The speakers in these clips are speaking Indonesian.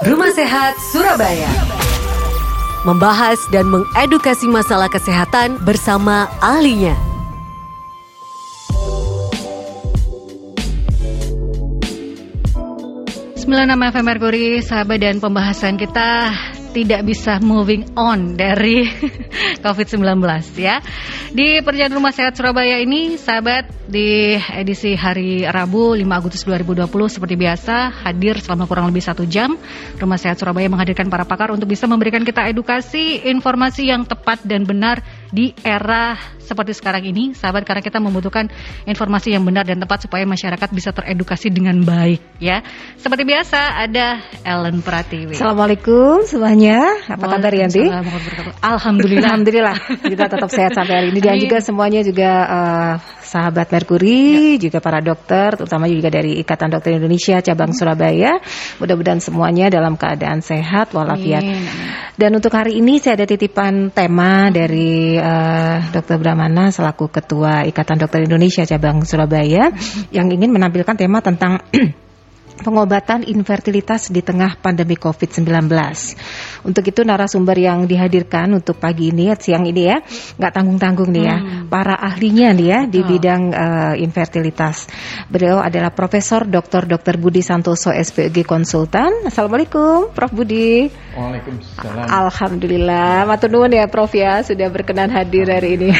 Rumah Sehat Surabaya membahas dan mengedukasi masalah kesehatan bersama ahlinya. 96 FM Merkuri, sahabat, dan pembahasan kita tidak bisa moving on dari COVID-19 ya. Di Perjalanan Rumah Sehat Surabaya ini, sahabat, di edisi hari Rabu 5 Agustus 2020 seperti biasa hadir selama kurang lebih 1 jam. Rumah Sehat Surabaya menghadirkan para pakar untuk bisa memberikan kita edukasi, informasi yang tepat dan benar di era seperti sekarang ini, sahabat, karena kita membutuhkan informasi yang benar dan tepat supaya masyarakat bisa teredukasi dengan baik ya. Seperti biasa ada Ellen Pratiwi. Assalamualaikum semuanya. Apa kabar, Yanti? Alhamdulillah. Alhamdulillah. Kita tetap sehat sampai hari ini. Dan juga semuanya juga sahabat Merkuri, juga para dokter, terutama juga dari Ikatan Dokter Indonesia cabang Surabaya. Mudah-mudahan semuanya dalam keadaan sehat walafiat. Dan untuk hari ini saya ada titipan tema dari Dr. Brahmana selaku Ketua Ikatan Dokter Indonesia cabang Surabaya yang ingin menampilkan tema tentang pengobatan infertilitas di tengah pandemi COVID-19. Untuk itu narasumber yang dihadirkan untuk pagi ini, siang ini ya, nggak tanggung-tanggung nih ya, para ahlinya nih ya di bidang infertilitas. Beliau adalah Profesor Dr. Budi Santoso, SPG Konsultan. Assalamualaikum, Prof. Budi. Waalaikumsalam. Alhamdulillah, matur nuwun ya Prof ya, sudah berkenan hadir hari ini.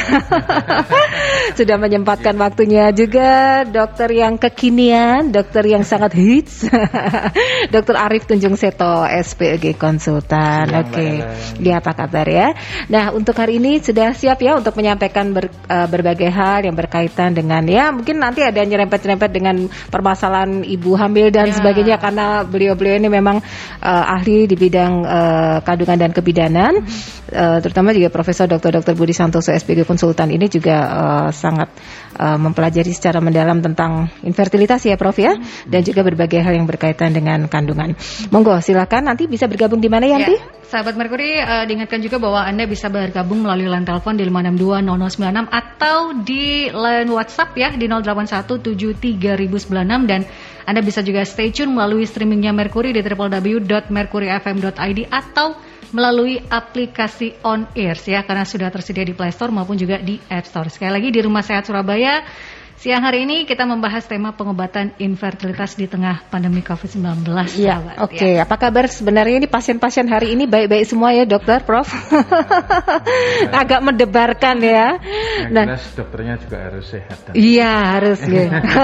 Sudah menyempatkan waktunya. Juga dokter yang kekinian, dokter yang sangat hits, Dr. Arief Tunjung Seto, SPG Konsultan. Oke. Dia apa kabar ya? Nah, untuk hari ini sudah siap ya untuk menyampaikan berbagai hal yang berkaitan dengan ya, mungkin nanti ada nyerempet-nyerempet dengan permasalahan ibu hamil dan sebagainya, karena beliau-beliau ini memang ahli di bidang kandungan dan kebidanan. Terutama juga Profesor Dr. Budi Santoso, SPG Konsultan ini juga sangat mempelajari secara mendalam tentang infertilitas ya Prof ya, dan juga berbagai hal yang berkaitan dengan kandungan. Monggo silakan, nanti bisa bergabung di mana Yanti? Ya, sahabat Merkuri, diingatkan juga bahwa Anda bisa bergabung melalui line telepon di 5620096 atau di line WhatsApp ya di 08173096, dan Anda bisa juga stay tune melalui streamingnya Merkuri di www.merkuryfm.id atau melalui aplikasi On Ears ya, karena sudah tersedia di Play Store maupun juga di App Store. Sekali lagi di Rumah Sehat Surabaya, siang hari ini kita membahas tema pengobatan infertilitas di tengah pandemi COVID-19. Ya, oke. Apa kabar sebenarnya ini pasien-pasien hari ini? Baik-baik semua ya dokter, Prof? Agak mendebarkan ya. Yang jelas dokternya juga harus sehat. Iya, harus ya.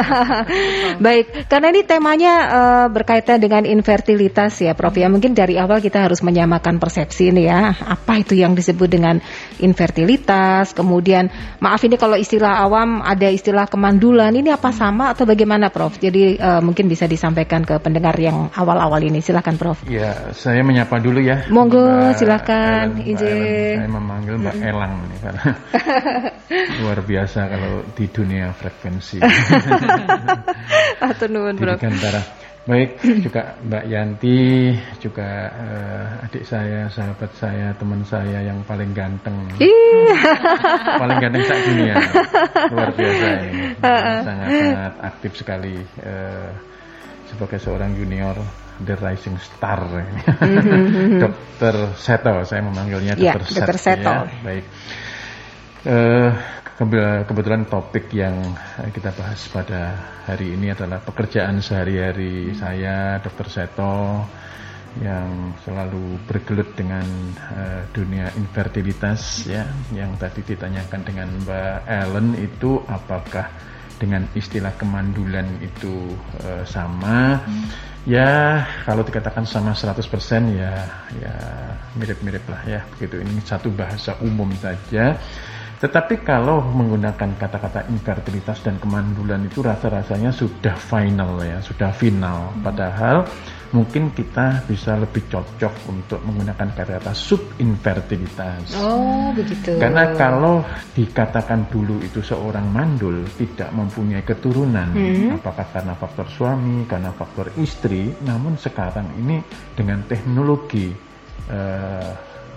Baik, karena ini temanya berkaitan dengan infertilitas ya Prof ya. Mungkin dari awal kita harus menyamakan persepsi ini ya. Apa itu yang disebut dengan infertilitas? Kemudian, maaf ini kalau istilah awam ada istilah kemandulan, ini apa sama atau bagaimana Prof? Jadi mungkin bisa disampaikan ke pendengar yang awal-awal ini. Silakan Prof. Ya, saya menyapa dulu ya. Monggo, silakan. Izin. Saya memanggil Mbak Elang nih karena luar biasa kalau di dunia frekuensi. Atur nuwun Prof. Baik, juga Mbak Yanti, juga adik saya, sahabat saya, teman saya yang paling ganteng. Paling ganteng sak dunia. Luar biasa ini. Sangat-sangat aktif sekali sebagai seorang junior, the rising star. Dr. Seto, saya memanggilnya Dr. Seto. Ya, baik. Kebetulan topik yang kita bahas pada hari ini adalah pekerjaan sehari-hari saya, Dr. Seto, yang selalu bergelut dengan dunia infertilitas ya. Yang tadi ditanyakan dengan Mbak Ellen itu apakah dengan istilah kemandulan itu sama? Ya, kalau dikatakan sama 100% ya mirip-mirip lah ya. Begitu, ini satu bahasa umum saja. Tetapi kalau menggunakan kata-kata infertilitas dan kemandulan itu rasa-rasanya sudah final ya, sudah final. Padahal mungkin kita bisa lebih cocok untuk menggunakan kata-kata subinfertilitas. Oh, begitu. Karena kalau dikatakan dulu itu seorang mandul tidak mempunyai keturunan, apakah karena faktor suami, karena faktor istri, namun sekarang ini dengan teknologi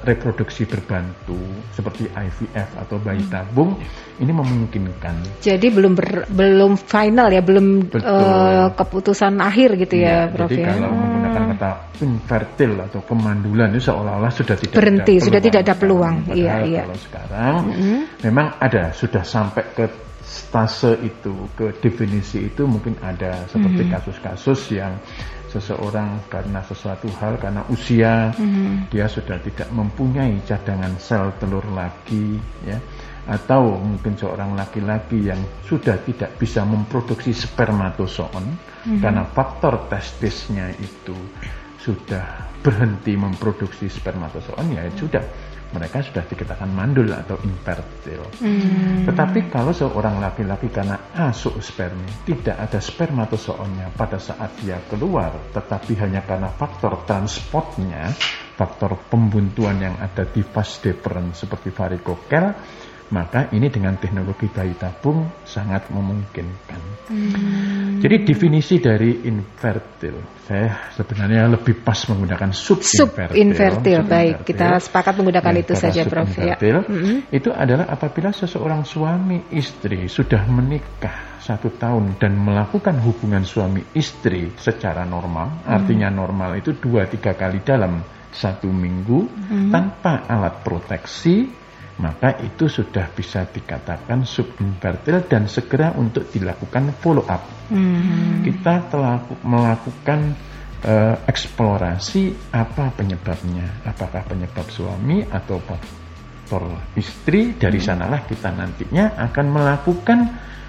reproduksi berbantu seperti IVF atau bayi tabung ini memungkinkan. Jadi belum final ya, belum keputusan akhir gitu ya, Prof. Jadi kalau menggunakan kata infertil atau kemandulan itu seolah-olah sudah tidak berhenti, ada peluang. sudah tidak ada peluang. Iya. Kalau sekarang memang ada, sudah sampai ke stase itu, ke definisi itu mungkin ada seperti kasus-kasus yang seseorang karena sesuatu hal, karena usia dia sudah tidak mempunyai cadangan sel telur lagi ya, atau mungkin seorang laki-laki yang sudah tidak bisa memproduksi spermatozoon karena faktor testisnya itu sudah berhenti memproduksi spermatozoon, ya sudah, mereka sudah dikatakan mandul atau infertil. Tetapi kalau seorang laki-laki karena azoospermi, tidak ada spermatozoonnya pada saat dia keluar, tetapi hanya karena faktor transportnya, faktor pembuntuan yang ada di vas deferens seperti varikokel, maka ini dengan teknologi bayi tabung sangat memungkinkan. Jadi definisi dari infertil, saya sebenarnya lebih pas menggunakan subinfertil. Baik, kita sepakat menggunakan itu saja, Prof. Ya. Itu adalah apabila seseorang suami istri sudah menikah 1 tahun dan melakukan hubungan suami istri secara normal, artinya normal itu 2-3 kali dalam 1 minggu tanpa alat proteksi, maka itu sudah bisa dikatakan subinfertil dan segera untuk dilakukan follow up. Kita telah melakukan eksplorasi apa penyebabnya, apakah penyebab suami atau faktor istri. Dari sanalah kita nantinya akan melakukan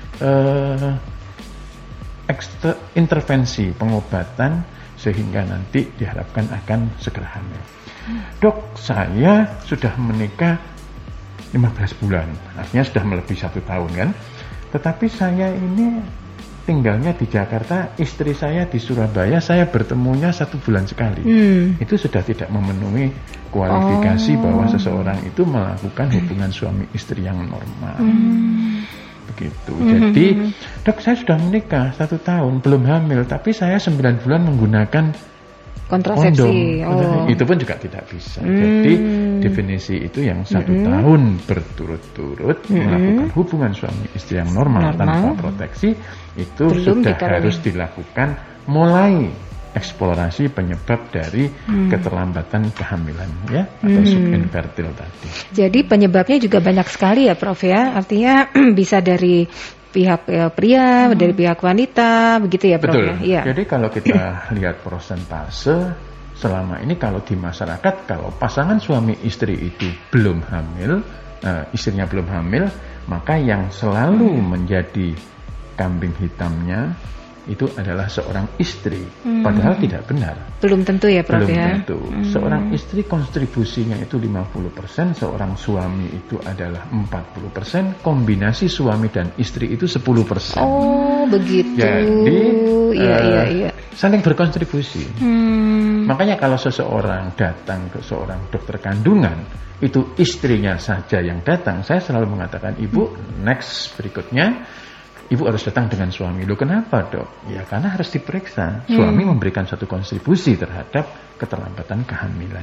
intervensi pengobatan sehingga nanti diharapkan akan segera hamil. Dok, saya sudah menikah 15 bulan, artinya sudah melebihi 1 tahun kan. Tetapi saya ini tinggalnya di Jakarta, istri saya di Surabaya, saya bertemunya 1 bulan sekali. Itu sudah tidak memenuhi kualifikasi bahwa seseorang itu melakukan hubungan suami istri yang normal. Begitu. Jadi, dok, saya sudah menikah 1 tahun, belum hamil, tapi saya 9 bulan menggunakan kontrasepsi. Itu pun juga tidak bisa. Jadi definisi itu yang 1 tahun berturut-turut melakukan hubungan suami istri yang normal tanpa proteksi, itu belum sudah harus dilakukan mulai eksplorasi penyebab dari keterlambatan kehamilan ya, atau subinfertil tadi. Jadi penyebabnya juga banyak sekali ya, Prof ya. Artinya bisa dari pihak pria, dari pihak wanita, begitu ya, Prof? Betul. Ya? Jadi kalau kita lihat persentase selama ini, kalau di masyarakat, kalau pasangan suami istri itu belum hamil, istrinya belum hamil, maka yang selalu menjadi kambing hitamnya itu adalah seorang istri. Padahal tidak benar. Belum tentu ya, Prof? Belum ya? tentu. Seorang istri kontribusinya itu 50%, seorang suami itu adalah 40%, kombinasi suami dan istri itu 10%. Oh, begitu. Jadi iya. saling berkontribusi. Makanya kalau seseorang datang ke seorang dokter kandungan, itu istrinya saja yang datang, saya selalu mengatakan, Ibu, next berikutnya Ibu harus datang dengan suami. Loh, kenapa, Dok? Ya karena harus diperiksa. Suami memberikan satu kontribusi terhadap keterlambatan kehamilan.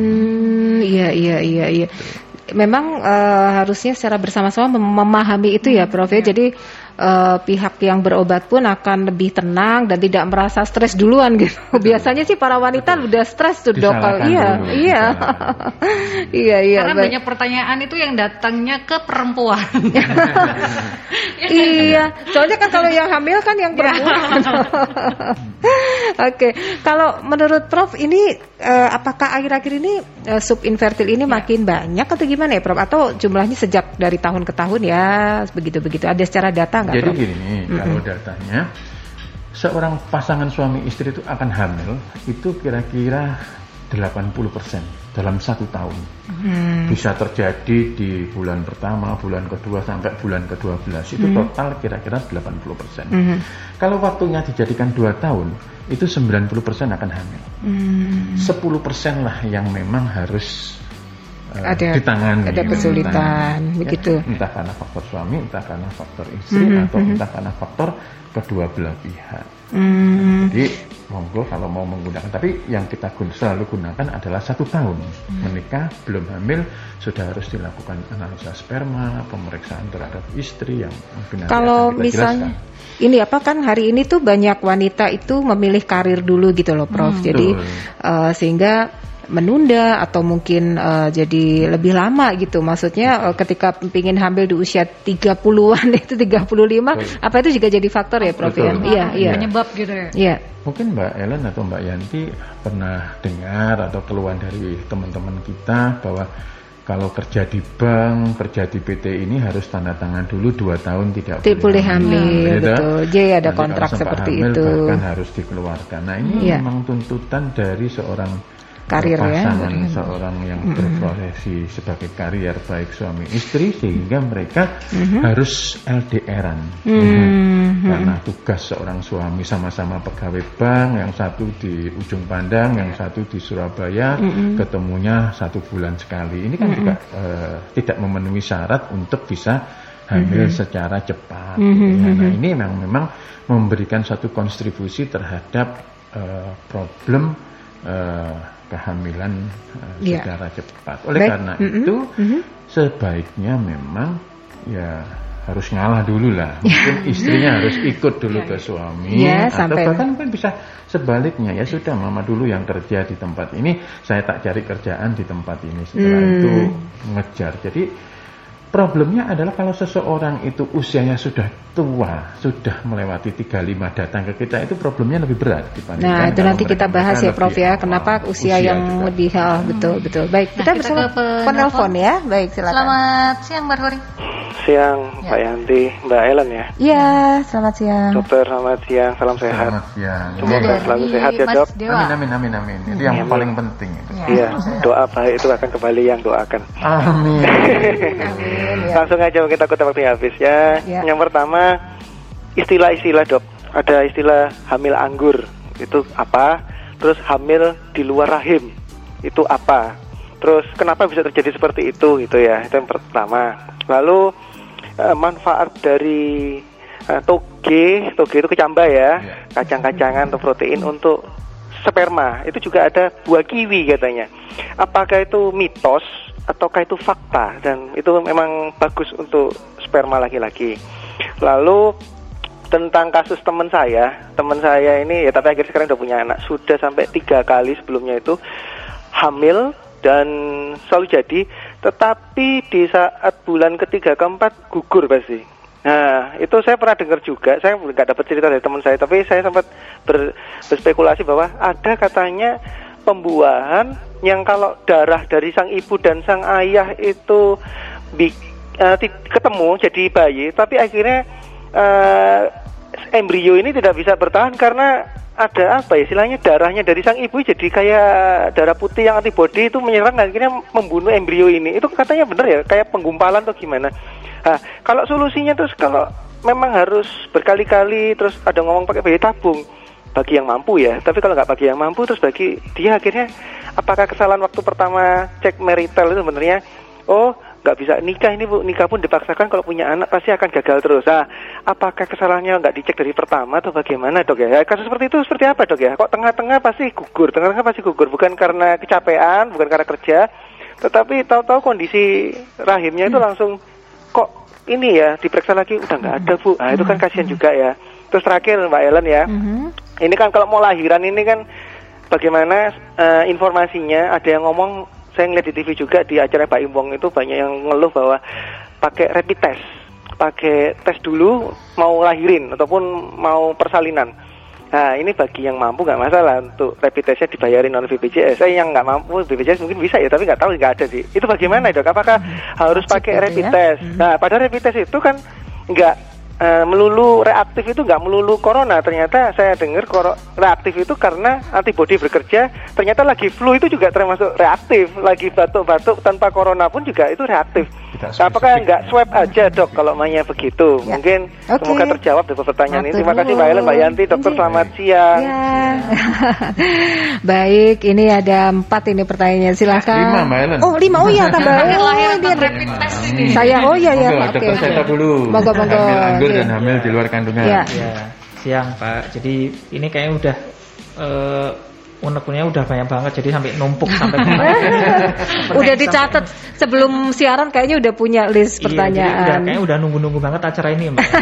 Iya. Memang harusnya secara bersama-sama memahami itu ya, Prof. Jadi pihak yang berobat pun akan lebih tenang dan tidak merasa stres duluan gitu. Biasanya sih para wanita udah stres tuh, Dok. Iya. Karena banyak pertanyaan itu yang datangnya ke perempuan. Iya, soalnya kan kalau yang hamil kan yang perempuan. Oke, kalau menurut Prof ini apakah akhir-akhir ini subinfertil ini makin banyak atau gimana ya, Prof? Atau jumlahnya sejak dari tahun ke tahun ya begitu-begitu? Ada secara data nggak, Prof? Jadi gini, kalau datanya seorang pasangan suami istri itu akan hamil itu kira-kira 80% dalam 1 tahun. Bisa terjadi di bulan pertama, bulan kedua sampai bulan ke-12. Itu total kira-kira 80%. Kalau waktunya dijadikan 2 tahun, itu 90% akan hamil. 10% lah yang memang harus ditangani. Ada kesulitan, begitu. Ya, entah karena faktor suami, entah karena faktor istri, atau entah karena faktor kedua belah pihak. Jadi monggo kalau mau menggunakan, tapi yang kita selalu gunakan adalah 1 tahun. Menikah belum hamil sudah harus dilakukan analisa sperma, pemeriksaan terhadap istri yang mungkin kalau misalnya ini kan hari ini tuh banyak wanita itu memilih karir dulu gitu loh Prof. Jadi sehingga menunda atau mungkin jadi lebih lama gitu. Maksudnya ketika ingin hamil di usia 30-an itu 35, apa itu juga jadi faktor ya Prof? Iya. Penyebab gitu ya. Iya. Mungkin Mbak Ellen atau Mbak Yanti pernah dengar atau keluhan dari teman-teman kita bahwa kalau kerja di bank, kerja di PT ini harus tanda tangan dulu 2 tahun tidak boleh hamil. Betul. Jadi ada nanti kontrak seperti hamil, itu. Bahkan harus dikeluarkan. Nah ini memang tuntutan dari seorang karir pasangan, seorang yang berprofesi sebagai karier baik suami istri, sehingga mereka harus LDRan. Karena tugas seorang suami sama-sama pegawai bank, yang satu di Ujung Pandang, yang satu di Surabaya, ketemunya 1 bulan sekali. Ini kan juga tidak memenuhi syarat untuk bisa hamil secara cepat. Nah ini memang memberikan satu kontribusi terhadap problem kehamilan secara cepat. Oleh karena itu sebaiknya memang ya harus ngalah dulu lah. Mungkin istrinya harus ikut dulu ke suami, atau bahkan mungkin bisa sebaliknya, ya sudah mama dulu yang kerja di tempat ini, saya tak cari kerjaan di tempat ini, setelah itu mengejar. Jadi problemnya adalah kalau seseorang itu usianya sudah tua, sudah melewati 35 datang ke kita, itu problemnya lebih berat dibandingkan. Nah, itu nanti kita bahas ya Prof ya, kenapa usia yang juga lebih betul. Baik, kita bersama penelpon ya. Baik, silakan. Selamat siang Mbak Hori. Siang Mbak Yanti, Mbak Ellen ya. Iya, selamat siang. Dokter, selamat siang, salam sehat. Selamat siang. Semoga selalu sehat ya Dok. Amin. Itu yang paling penting. Iya, doa baik itu akan kembali yang doakan. Amin. Langsung aja kita waktunya habis ya. Yang pertama, istilah-istilah Dok. Ada istilah hamil anggur, itu apa? Terus hamil di luar rahim, itu apa? Terus kenapa bisa terjadi seperti itu gitu ya. Itu yang pertama. Lalu manfaat dari toge itu kecambah ya, kacang-kacangan atau protein untuk sperma. Itu juga ada buah kiwi katanya. Apakah itu mitos ataukah itu fakta, dan itu memang bagus untuk sperma laki-laki. Lalu tentang kasus teman saya ini ya, tapi akhirnya sekarang udah punya anak, sudah sampai 3 kali sebelumnya itu hamil dan selalu jadi, tetapi di saat bulan ketiga keempat gugur pasti. Nah itu saya pernah dengar juga, saya nggak dapat cerita dari teman saya, tapi saya sempat berspekulasi bahwa ada katanya pembuahan yang kalau darah dari sang ibu dan sang ayah itu ketemu jadi bayi, tapi akhirnya embrio ini tidak bisa bertahan karena ada istilahnya darahnya dari sang ibu jadi kayak darah putih yang antibodi itu menyerang dan akhirnya membunuh embrio ini. Itu katanya benar ya, kayak penggumpalan atau gimana? Nah, kalau solusinya terus kalau memang harus berkali-kali terus ada ngomong pakai bayi tabung bagi yang mampu ya, tapi kalau nggak bagi yang mampu terus bagi dia, akhirnya apakah kesalahan waktu pertama cek marital itu sebenarnya nggak bisa nikah ini Bu, nikah pun dipaksakan, kalau punya anak pasti akan gagal terus. Nah, apakah kesalahannya nggak dicek dari pertama atau bagaimana Dok ya? Kasus seperti itu seperti apa Dok ya? Kok tengah-tengah pasti gugur, bukan karena kecapean, bukan karena kerja, tetapi tahu-tahu kondisi rahimnya itu langsung kok ini ya, diperiksa lagi udah nggak ada Bu. Nah itu kan kasihan juga ya. Terus terakhir Mbak Ellen ya, ini kan kalau mau lahiran ini kan bagaimana informasinya, ada yang ngomong, saya ngeliat di TV juga di acara Pak Imbong itu banyak yang ngeluh bahwa pakai rapid test, pakai tes dulu mau lahirin ataupun mau persalinan. Nah ini bagi yang mampu nggak masalah untuk rapid testnya dibayarin oleh BPJS. Saya yang nggak mampu BPJS mungkin bisa ya, tapi nggak tahu, nggak ada sih. Itu bagaimana Dok? Apakah harus pakai rapid test? Nah pada rapid test itu kan nggak melulu reaktif, itu nggak melulu corona. Ternyata saya dengar reaktif itu karena antibodi bekerja. Ternyata lagi flu itu juga termasuk reaktif. Lagi batuk-batuk tanpa corona pun juga itu reaktif. Apakah nggak swab aja Dok kalau mainnya begitu? Ya. Mungkin semoga terjawab dari pertanyaan ini. Terima kasih Mbak Ellen, Mbak Yanti, Dokter, selamat siang. Ya. Baik, ini ada 4 ini pertanyaannya, silakan. 5 Mbak Ellen. 5, oh ya tambah. Saya, Oke. Dokter Seto dulu. Monggo. Hamil anggur dan hamil di luar kandungan. Ya. siang Pak. Jadi ini kayaknya udah unek-uneknya udah banyak banget, jadi sampai numpuk sampai udah dicatat sebelum siaran, kayaknya udah punya list pertanyaan. Kayaknya udah nunggu-nunggu banget acara ini Mbak.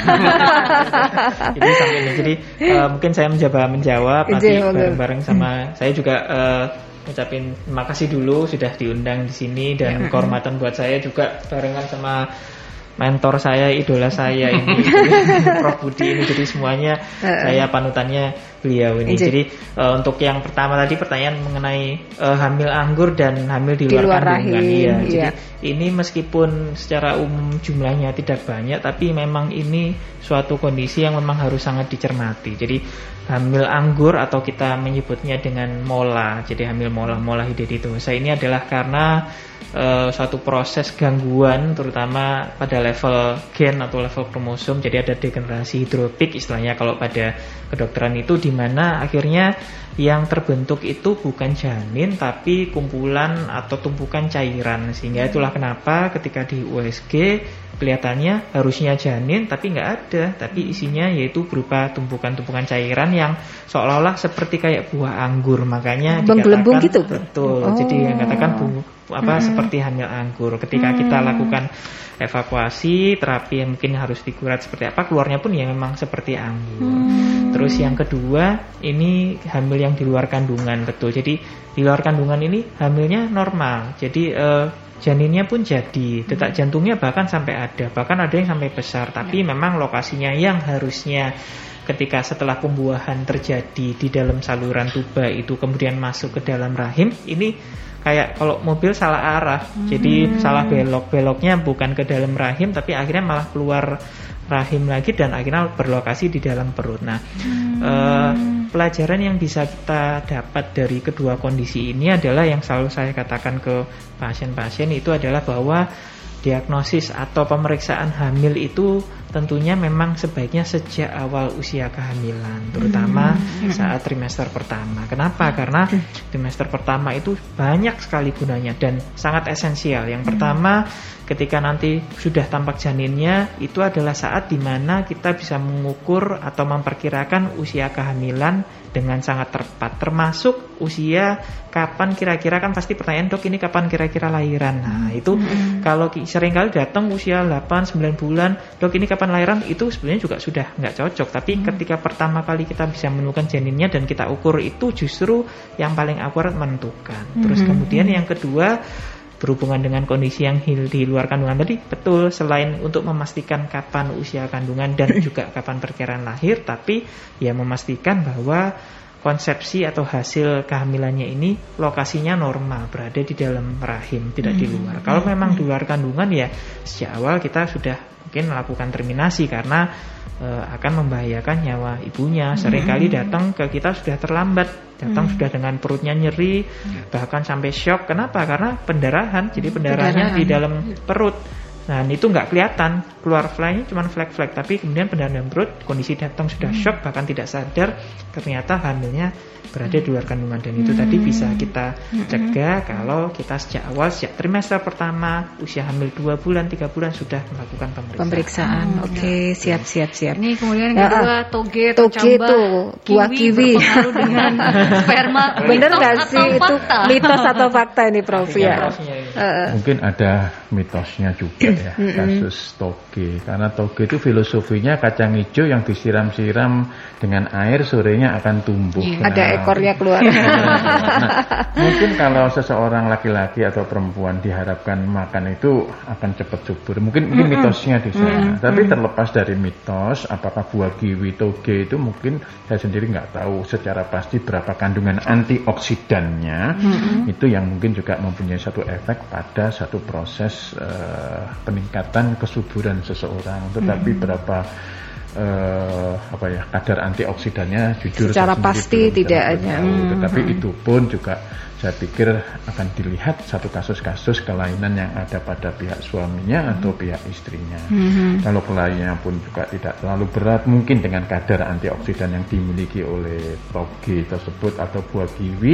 Jadi sampai ini, jadi mungkin saya menjawab nanti bareng-bareng sama saya juga. Ucapin terima kasih dulu sudah diundang di sini, dan kehormatan buat saya juga barengan sama mentor saya, idola saya ini Prof Budi ini. Jadi semuanya saya panutannya beliau ini. Jadi untuk yang pertama tadi pertanyaan mengenai hamil anggur dan hamil di luar kandungan ya. Jadi ini meskipun secara umum jumlahnya tidak banyak, tapi memang ini suatu kondisi yang memang harus sangat dicermati. Jadi hamil anggur atau kita menyebutnya dengan mola, jadi hamil mola hidatidosa ini adalah karena suatu proses gangguan terutama pada level gen atau level kromosom. Jadi ada degenerasi hidropik istilahnya kalau pada kedokteran itu, di mana akhirnya yang terbentuk itu bukan janin tapi kumpulan atau tumpukan cairan, sehingga itulah kenapa ketika di USG kelihatannya harusnya janin tapi nggak ada, tapi isinya yaitu berupa tumpukan-tumpukan cairan yang seolah-olah seperti kayak buah anggur, makanya gelembung gitu. Betul. Jadi yang katakan seperti hamil anggur. Ketika kita lakukan evakuasi, terapi yang mungkin harus dikurat seperti apa, keluarnya pun ya memang seperti anggur. Terus yang kedua, ini hamil yang di luar kandungan, betul. Jadi di luar kandungan ini hamilnya normal. Jadi janinnya pun jadi, detak jantungnya bahkan sampai ada yang sampai besar, tapi memang lokasinya yang harusnya ketika setelah pembuahan terjadi di dalam saluran tuba itu kemudian masuk ke dalam rahim, ini kayak kalau mobil salah arah, jadi salah beloknya bukan ke dalam rahim tapi akhirnya malah keluar rahim lagi dan akhirnya berlokasi di dalam perut. Nah, pelajaran yang bisa kita dapat dari kedua kondisi ini adalah yang selalu saya katakan ke pasien-pasien itu adalah bahwa diagnosis atau pemeriksaan hamil itu tentunya memang sebaiknya sejak awal usia kehamilan, terutama saat trimester pertama. Kenapa? Karena trimester pertama itu banyak sekali gunanya dan sangat esensial. Yang pertama, ketika nanti sudah tampak janinnya, itu adalah saat dimana kita bisa mengukur atau memperkirakan usia kehamilan dengan sangat tepat, termasuk usia kapan kira-kira, kan pasti pertanyaan, dok ini kapan kira-kira lahiran. Nah itu kalau seringkali datang usia 8-9 bulan, dok ini kapan lahiran, itu sebenarnya juga sudah nggak cocok. Tapi ketika pertama kali kita bisa menemukan janinnya dan kita ukur, itu justru yang paling akurat menentukan. Terus kemudian yang kedua, berhubungan dengan kondisi yang di luar kandungan tadi, betul, selain untuk memastikan kapan usia kandungan dan juga kapan perkiraan lahir, tapi ya memastikan bahwa konsepsi atau hasil kehamilannya ini lokasinya normal, berada di dalam rahim, tidak di luar. Kalau memang di luar kandungan ya sejak awal kita sudah mungkin melakukan terminasi karena akan membahayakan nyawa ibunya. Seringkali datang ke kita sudah terlambat, datang sudah dengan perutnya nyeri, bahkan sampai shock. Kenapa? Karena pendarahan, jadi pendarahannya di dalam perut. Nah itu nggak kelihatan, keluar flagnya cuma flag-flag, tapi kemudian pendarahan dalam perut, kondisi datang sudah shock, bahkan tidak sadar, ternyata hamilnya berada di luar kandungan. Dan itu tadi bisa kita cegah kalau kita sejak awal, sejak trimester pertama, usia hamil 2 bulan, 3 bulan sudah melakukan pemeriksaan. Oke, siap. Ini kemudian yang kedua, toge tuh, buah kiwi berpengaruh dengan sperma. Bener nggak sih itu mitos atau fakta ini, Prof? Ya. Mungkin ada mitosnya juga ya, kasus toge. Karena toge itu filosofinya kacang hijau yang disiram-siram dengan air, sorenya akan tumbuh. Ada ekornya keluar. Mungkin kalau seseorang laki-laki atau perempuan diharapkan makan itu akan cepat subur. Mungkin mitosnya di sana. Tapi terlepas dari mitos, apakah buah kiwi toge itu, mungkin saya sendiri nggak tahu secara pasti berapa kandungan antioksidannya. Itu yang mungkin juga mempunyai satu efek pada satu proses peningkatan kesuburan seseorang. Tetapi berapa kadar antioksidannya jujur secara pasti tidak ada. Tetapi itu pun juga saya pikir akan dilihat satu kasus-kasus kelainan yang ada pada pihak suaminya atau pihak istrinya. Kalau kelainannya pun juga tidak terlalu berat, mungkin dengan kadar antioksidan yang dimiliki oleh toge tersebut atau buah kiwi,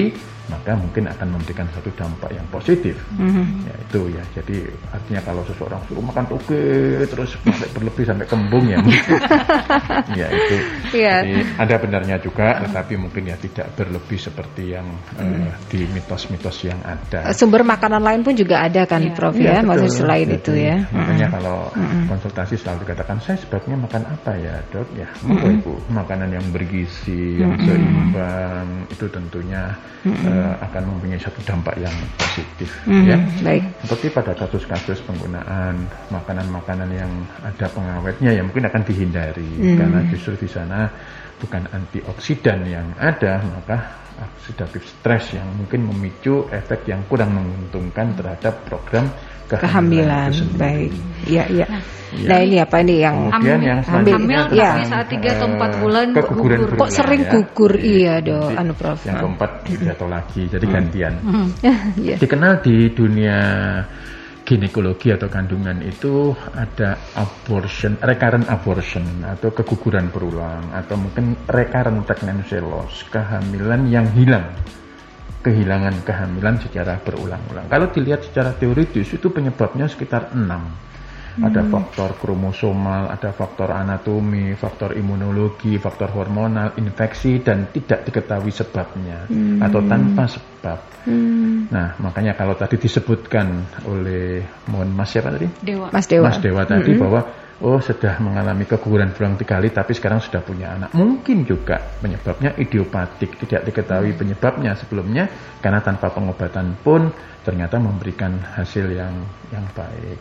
maka mungkin akan memberikan satu dampak yang positif. Ya itu ya. Jadi artinya kalau seseorang suruh makan toge terus berlebih sampai kembung ya mungkin. Ya itu. Jadi ada benarnya juga, tetapi mungkin ya tidak berlebih seperti yang di mitos-mitos yang ada. Sumber makanan lain pun juga ada kan, Prof ya, maksudnya selain itu ya. Makanya kalau konsultasi selalu dikatakan, saya sebaiknya makan apa ya dok? Ya Ibu, makanan yang bergizi, yang seimbang, itu tentunya akan mempunyai satu dampak yang positif. Ya. Baik. Seperti pada kasus-kasus penggunaan makanan-makanan yang ada pengawetnya, ya mungkin akan dihindari karena justru di sana bukan antioksidan yang ada, maka oxidative stress yang mungkin memicu efek yang kurang menguntungkan terhadap program kehamilan. Baik. Iya. Nah ini apa ini yang kemudian yang hamil ya. saat 3 atau 4 bulan keguguran gugur. Kok sering gugur? Iya dok, Prof. Yang keempat jatuh lagi, jadi gantian. Iya. Dikenal di dunia ginekologi atau kandungan itu ada recurrent abortion atau keguguran berulang, atau mungkin recurrent pregnancy loss, kehamilan yang hilang, kehilangan kehamilan secara berulang-ulang. Kalau dilihat secara teoritis itu penyebabnya sekitar 6. Ada faktor kromosomal, ada faktor anatomi, faktor imunologi, faktor hormonal, infeksi, dan tidak diketahui sebabnya atau tanpa sebab. Nah, makanya kalau tadi disebutkan oleh Mas siapa tadi? Mas Dewa tadi bahwa sudah mengalami keguguran berulang 3 kali tapi sekarang sudah punya anak. Mungkin juga penyebabnya idiopatik, tidak diketahui penyebabnya sebelumnya karena tanpa pengobatan pun ternyata memberikan hasil yang baik.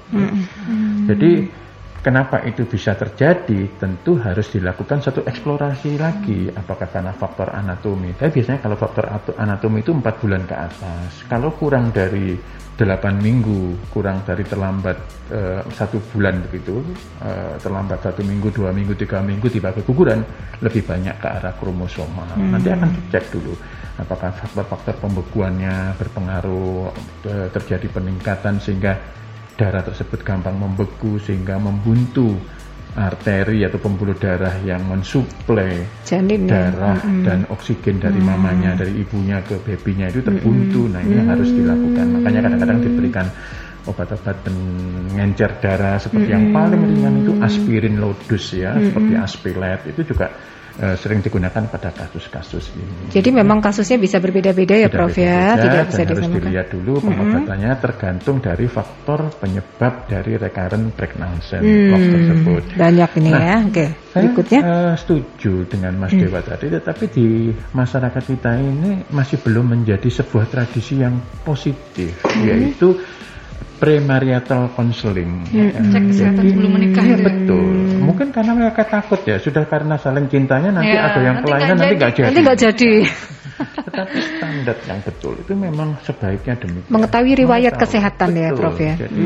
Jadi kenapa itu bisa terjadi? Tentu harus dilakukan satu eksplorasi lagi. Apakah karena faktor anatomi? Tapi biasanya kalau faktor anatomi itu 4 bulan ke atas. Kalau kurang dari 8 minggu, kurang dari terlambat 1 bulan begitu, terlambat 1 minggu, 2 minggu, 3 minggu tiba keguguran, lebih banyak ke arah kromosomal. Nanti akan dicek dulu apakah faktor-faktor pembekuannya berpengaruh, terjadi peningkatan sehingga darah tersebut gampang membeku sehingga membuntu arteri atau pembuluh darah yang mensuplai darah dan oksigen dari mamanya, dari ibunya ke babynya itu terbuntu. Nah ini yang harus dilakukan. Makanya kadang-kadang diberikan obat-obat pengencer darah seperti yang paling ringan itu aspirin lodus ya, seperti Aspilet itu juga sering digunakan pada kasus-kasus ini. Jadi memang kasusnya bisa berbeda-beda ya Prof ya, tidak bisa harus dilihat dulu pengobatannya tergantung dari faktor penyebab dari recurrent pregnancy loss tersebut. Banyak ini ya. Oke. Berikutnya. Saya setuju dengan Mas Dewa tadi, tetapi di masyarakat kita ini masih belum menjadi sebuah tradisi yang positif, yaitu premarital counseling. Cek kesehatan sebelum menikah. Betul. Mungkin karena mereka takut ya, sudah karena saling cintanya nanti ada yang kelainan nanti nggak jadi. Tetapi standar yang betul itu memang sebaiknya demikian. Mengetahui riwayat kesehatan ya Prof ya. Jadi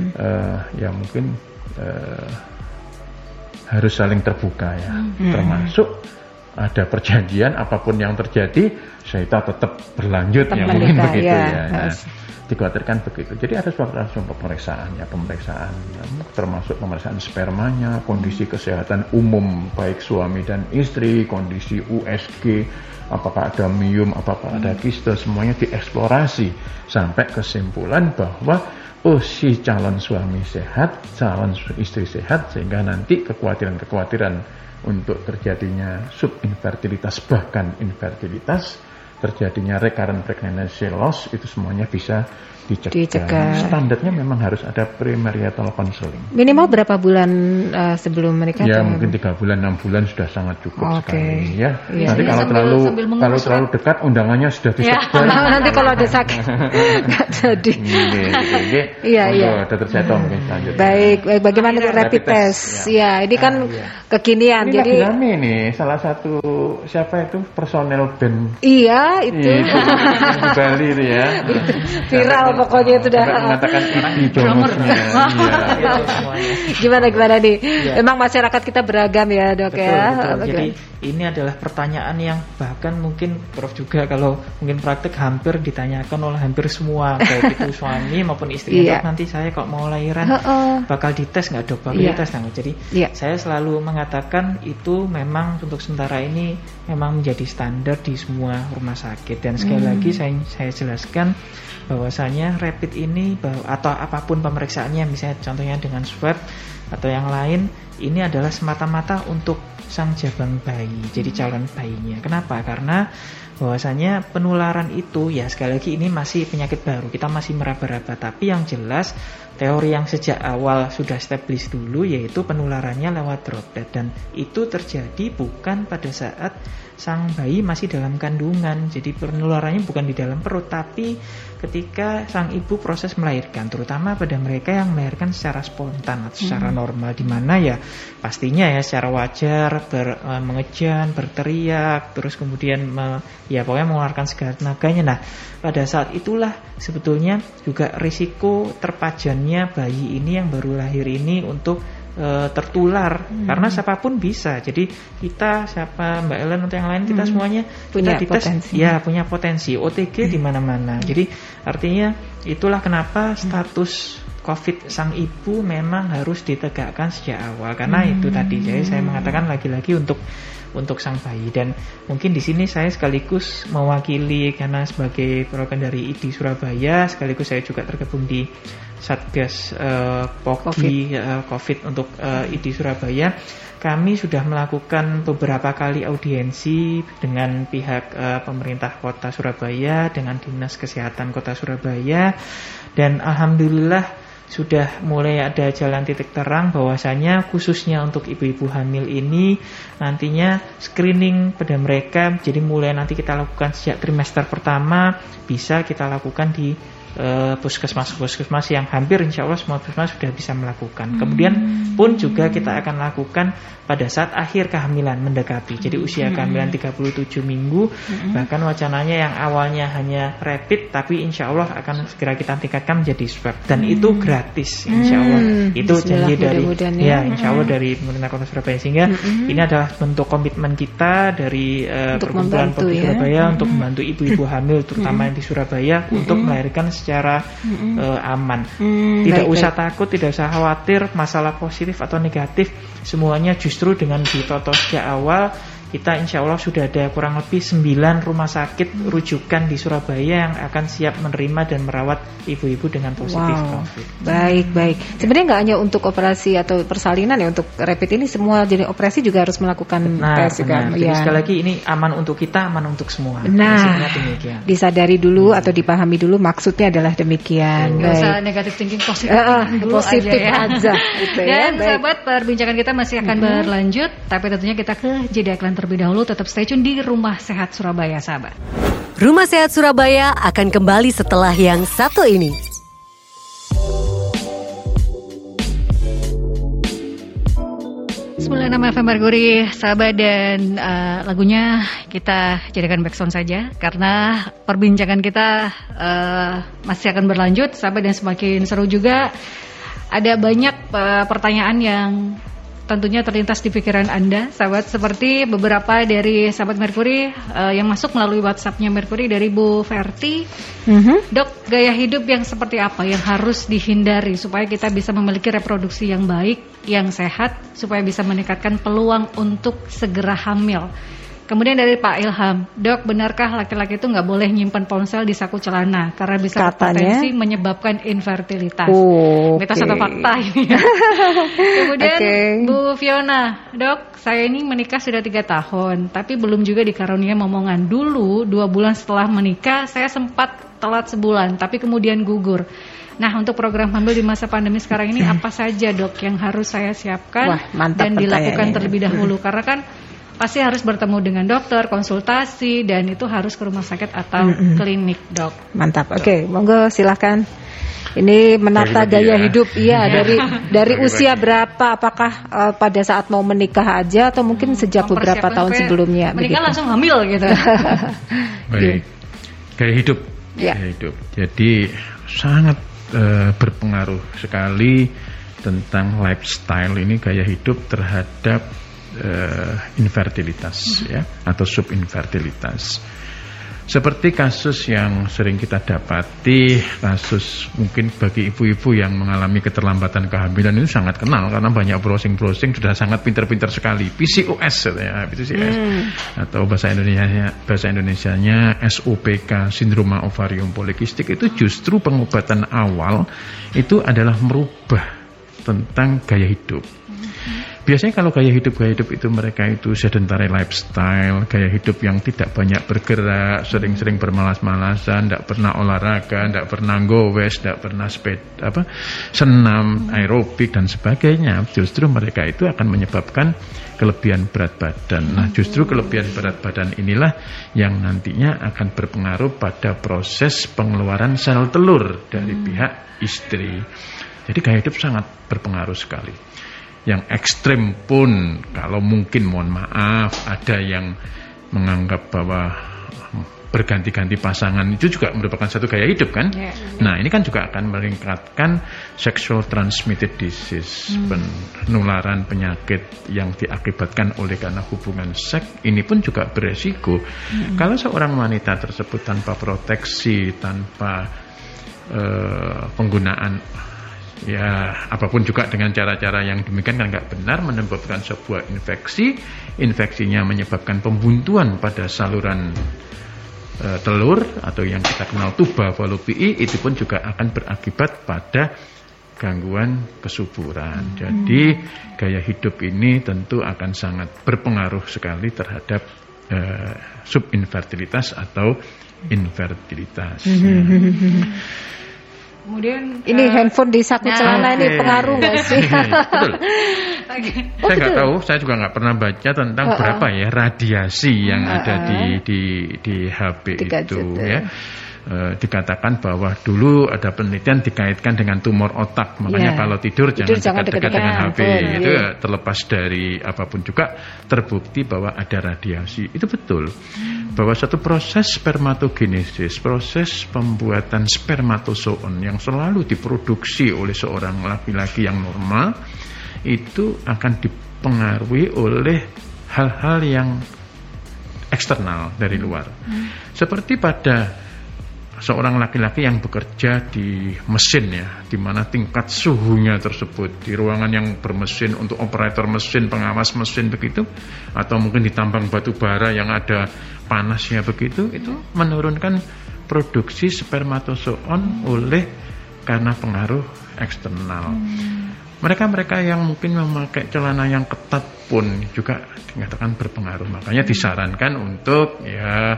ya mungkin harus saling terbuka ya. Termasuk ada perjanjian apapun yang terjadi, saya tetap berlanjut ya mungkin begitu ya. Nah, dikhawatirkan begitu. Jadi ada langsung pemeriksaan termasuk pemeriksaan spermanya, kondisi kesehatan umum baik suami dan istri, kondisi USG, apakah ada miom, apakah ada kiste, semuanya dieksplorasi sampai kesimpulan bahwa si calon suami sehat, calon istri sehat, sehingga nanti kekhawatiran untuk terjadinya subinfertilitas bahkan infertilitas, terjadinya recurrent pregnancy loss itu semuanya bisa dicegah. Standarnya memang harus ada premarital counseling. Minimal berapa bulan sebelum menikah? Ya mungkin 3 bulan, 6 bulan sudah sangat cukup sekali ya. Nanti kalau terlalu dekat undangannya sudah disebar. Nanti kalau ada sakit nggak jadi. Iya. Dokter Seto mungkin selanjutnya. Baik. Bagaimana rapid test? Ya ini kan kekinian. Ini jadi lagi rame nih salah satu siapa itu personel band. Iya itu. Di Bali itu ya. Viral pokoknya itu udah mengatakan isi jomusnya. Gimana nih? Memang masyarakat kita beragam ya dok. Betul. Ya. Jadi ini adalah pertanyaan yang bahkan mungkin Prof juga kalau mungkin praktek hampir ditanyakan oleh hampir semua, baik itu suami maupun istri. Dok, nanti saya kok mau lahiran bakal dites nggak dok? Bakal dites nggak? Jadi saya selalu mengatakan itu memang untuk sementara ini memang menjadi standar di semua rumah sakit. Dan sekali lagi saya jelaskan bahwasanya rapid ini atau apapun pemeriksaannya, misalnya contohnya dengan swab atau yang lain, ini adalah semata-mata untuk sang jabang bayi, jadi calon bayinya. Kenapa? Karena bahwasanya penularan itu ya sekali lagi ini masih penyakit baru, kita masih meraba-raba. Tapi yang jelas teori yang sejak awal sudah established dulu, yaitu penularannya lewat droplet, dan itu terjadi bukan pada saat sang bayi masih dalam kandungan. Jadi penularannya bukan di dalam perut, tapi ketika sang ibu proses melahirkan, terutama pada mereka yang melahirkan secara spontan atau secara normal, di mana ya pastinya ya secara wajar mengejan, berteriak, terus kemudian ya pokoknya mengeluarkan segala tenaganya. Nah, pada saat itulah sebetulnya juga risiko terpajannya bayi ini yang baru lahir ini untuk tertular, karena siapapun bisa. Jadi kita, siapa Mbak Ellen atau yang lain, kita semuanya punya kita dites, potensi. ya punya potensi OTG di mana-mana. Jadi artinya itulah kenapa status COVID sang ibu memang harus ditegakkan sejak awal, karena itu tadi. Jadi saya mengatakan lagi-lagi untuk sang bayi. Dan mungkin di sini saya sekaligus mewakili, karena sebagai perwakilan dari ID Surabaya, sekaligus saya juga tergabung di Satgas COVID untuk ID Surabaya. Kami sudah melakukan beberapa kali audiensi dengan pihak pemerintah Kota Surabaya, dengan Dinas Kesehatan Kota Surabaya, dan alhamdulillah sudah mulai ada jalan titik terang bahwasanya khususnya untuk ibu-ibu hamil ini nantinya screening pada mereka, jadi mulai nanti kita lakukan sejak trimester pertama, bisa kita lakukan di puskesmas yang hampir insya Allah semua puskesmas sudah bisa melakukan. Kemudian pun juga kita akan lakukan pada saat akhir kehamilan mendekati, jadi usia kehamilan 37 minggu, bahkan wacananya yang awalnya hanya rapid, tapi insya Allah akan segera kita tingkatkan menjadi swab, dan itu gratis insya Allah. Itu janji dari insya Allah dari pemerintah Kota Surabaya, sehingga ini adalah bentuk komitmen kita dari perkumpulan Publik Surabaya untuk membantu ibu-ibu hamil terutama yang di Surabaya untuk melahirkan secara aman. Tidak usah takut, tidak usah khawatir masalah positif atau negatif, semuanya justru dengan ditoto sejak awal. Kita insya Allah sudah ada kurang lebih 9 rumah sakit rujukan di Surabaya yang akan siap menerima dan merawat ibu-ibu dengan positif COVID. Baik. Sebenarnya nggak hanya untuk operasi atau persalinan ya, untuk rapid ini semua jenis operasi juga harus melakukan tes juga. Jadi sekali lagi ini aman untuk kita, aman untuk semua. Disadari dulu atau dipahami dulu maksudnya adalah demikian. Nggak usah negatif thinking, positif aja. Gitu, dan sahabat, perbincangan kita masih akan berlanjut, tapi tentunya kita ke jeda iklan terlebih dahulu. Tetap stay tune di Rumah Sehat Surabaya, sahabat. Rumah Sehat Surabaya akan kembali setelah yang satu ini. Nama FM Mercury, sahabat, dan lagunya kita jadikan backsound saja karena perbincangan kita masih akan berlanjut, sahabat, dan semakin seru juga. Ada banyak pertanyaan yang tentunya terlintas di pikiran Anda, sahabat, seperti beberapa dari sahabat Mercury yang masuk melalui WhatsApp-nya Mercury dari Bu Verti. Dok, gaya hidup yang seperti apa yang harus dihindari supaya kita bisa memiliki reproduksi yang baik, yang sehat, supaya bisa meningkatkan peluang untuk segera hamil? Kemudian dari Pak Ilham, dok, benarkah laki-laki itu nggak boleh nyimpan ponsel di saku celana karena bisa berpotensi menyebabkan infertilitas? Mitos atau fakta ini? Kemudian Bu Fiona, dok, saya ini menikah sudah 3 tahun, tapi belum juga dikaruniai momongan. Dulu 2 bulan setelah menikah, saya sempat telat sebulan, tapi kemudian gugur. Nah, untuk program hamil di masa pandemi sekarang ini apa saja, dok, yang harus saya siapkan dan dilakukan terlebih dahulu? Karena kan pasti harus bertemu dengan dokter, konsultasi, dan itu harus ke rumah sakit atau klinik, dok. Mantap. Oke, monggo silahkan. Ini menata gaya hidup, dari usia berapa? Apakah pada saat mau menikah aja atau mungkin sejak beberapa tahun sebelumnya? Menikah langsung hamil gitu. Baik, gaya hidup. Gaya hidup. Jadi sangat berpengaruh sekali tentang lifestyle ini, gaya hidup terhadap infertilitas ya, atau subinfertilitas. Seperti kasus yang sering kita dapati, kasus mungkin bagi ibu-ibu yang mengalami keterlambatan kehamilan itu sangat kenal karena banyak browsing sudah sangat pintar-pintar sekali. PCOS ya, PCOS atau bahasa Indonesianya SOPK, sindroma ovarium polikistik. Itu justru pengobatan awal itu adalah merubah tentang gaya hidup. Biasanya kalau gaya hidup itu mereka itu sedentary lifestyle, gaya hidup yang tidak banyak bergerak, sering-sering bermalas-malasan, tidak pernah olahraga, tidak pernah gowes, tidak pernah senam, aerobik dan sebagainya. Justru mereka itu akan menyebabkan kelebihan berat badan. Nah, justru kelebihan berat badan inilah yang nantinya akan berpengaruh pada proses pengeluaran sel telur dari pihak istri. Jadi gaya hidup sangat berpengaruh sekali. Yang ekstrim pun kalau mungkin mohon maaf ada yang menganggap bahwa berganti-ganti pasangan itu juga merupakan satu gaya hidup kan. Nah ini kan juga akan meningkatkan sexual transmitted disease, penularan penyakit yang diakibatkan oleh karena hubungan seks. Ini pun juga beresiko kalau seorang wanita tersebut tanpa proteksi, tanpa penggunaan ya apapun juga dengan cara-cara yang demikian kan nggak benar, menyebabkan sebuah infeksinya menyebabkan pembuntuan pada saluran telur atau yang kita kenal tuba fallopiae, itu pun juga akan berakibat pada gangguan kesuburan. Jadi gaya hidup ini tentu akan sangat berpengaruh sekali terhadap subinfertilitas atau infertilitas. Kemudian ini handphone di saku celana ini pengaruh nggak sih? Betul. Saya nggak tahu, saya juga nggak pernah baca tentang berapa ya radiasi yang ada di HP itu ya. Dikatakan bahwa dulu ada penelitian dikaitkan dengan tumor otak, makanya kalau tidur jangan dekat-dekat dengan HP. Itu terlepas dari apapun juga terbukti bahwa ada radiasi. Itu betul. Bahwa satu proses spermatogenesis, proses pembuatan spermatozoon yang selalu diproduksi oleh seorang laki-laki yang normal itu akan dipengaruhi oleh hal-hal yang eksternal dari luar. Seperti pada seorang laki-laki yang bekerja di mesin ya, di mana tingkat suhunya tersebut di ruangan yang bermesin untuk operator mesin, pengawas mesin begitu, atau mungkin di tambang batu bara yang ada panasnya begitu, itu menurunkan produksi spermatozoon oleh karena pengaruh eksternal. Mereka yang mungkin memakai celana yang ketat pun juga dikatakan berpengaruh. Makanya disarankan untuk ya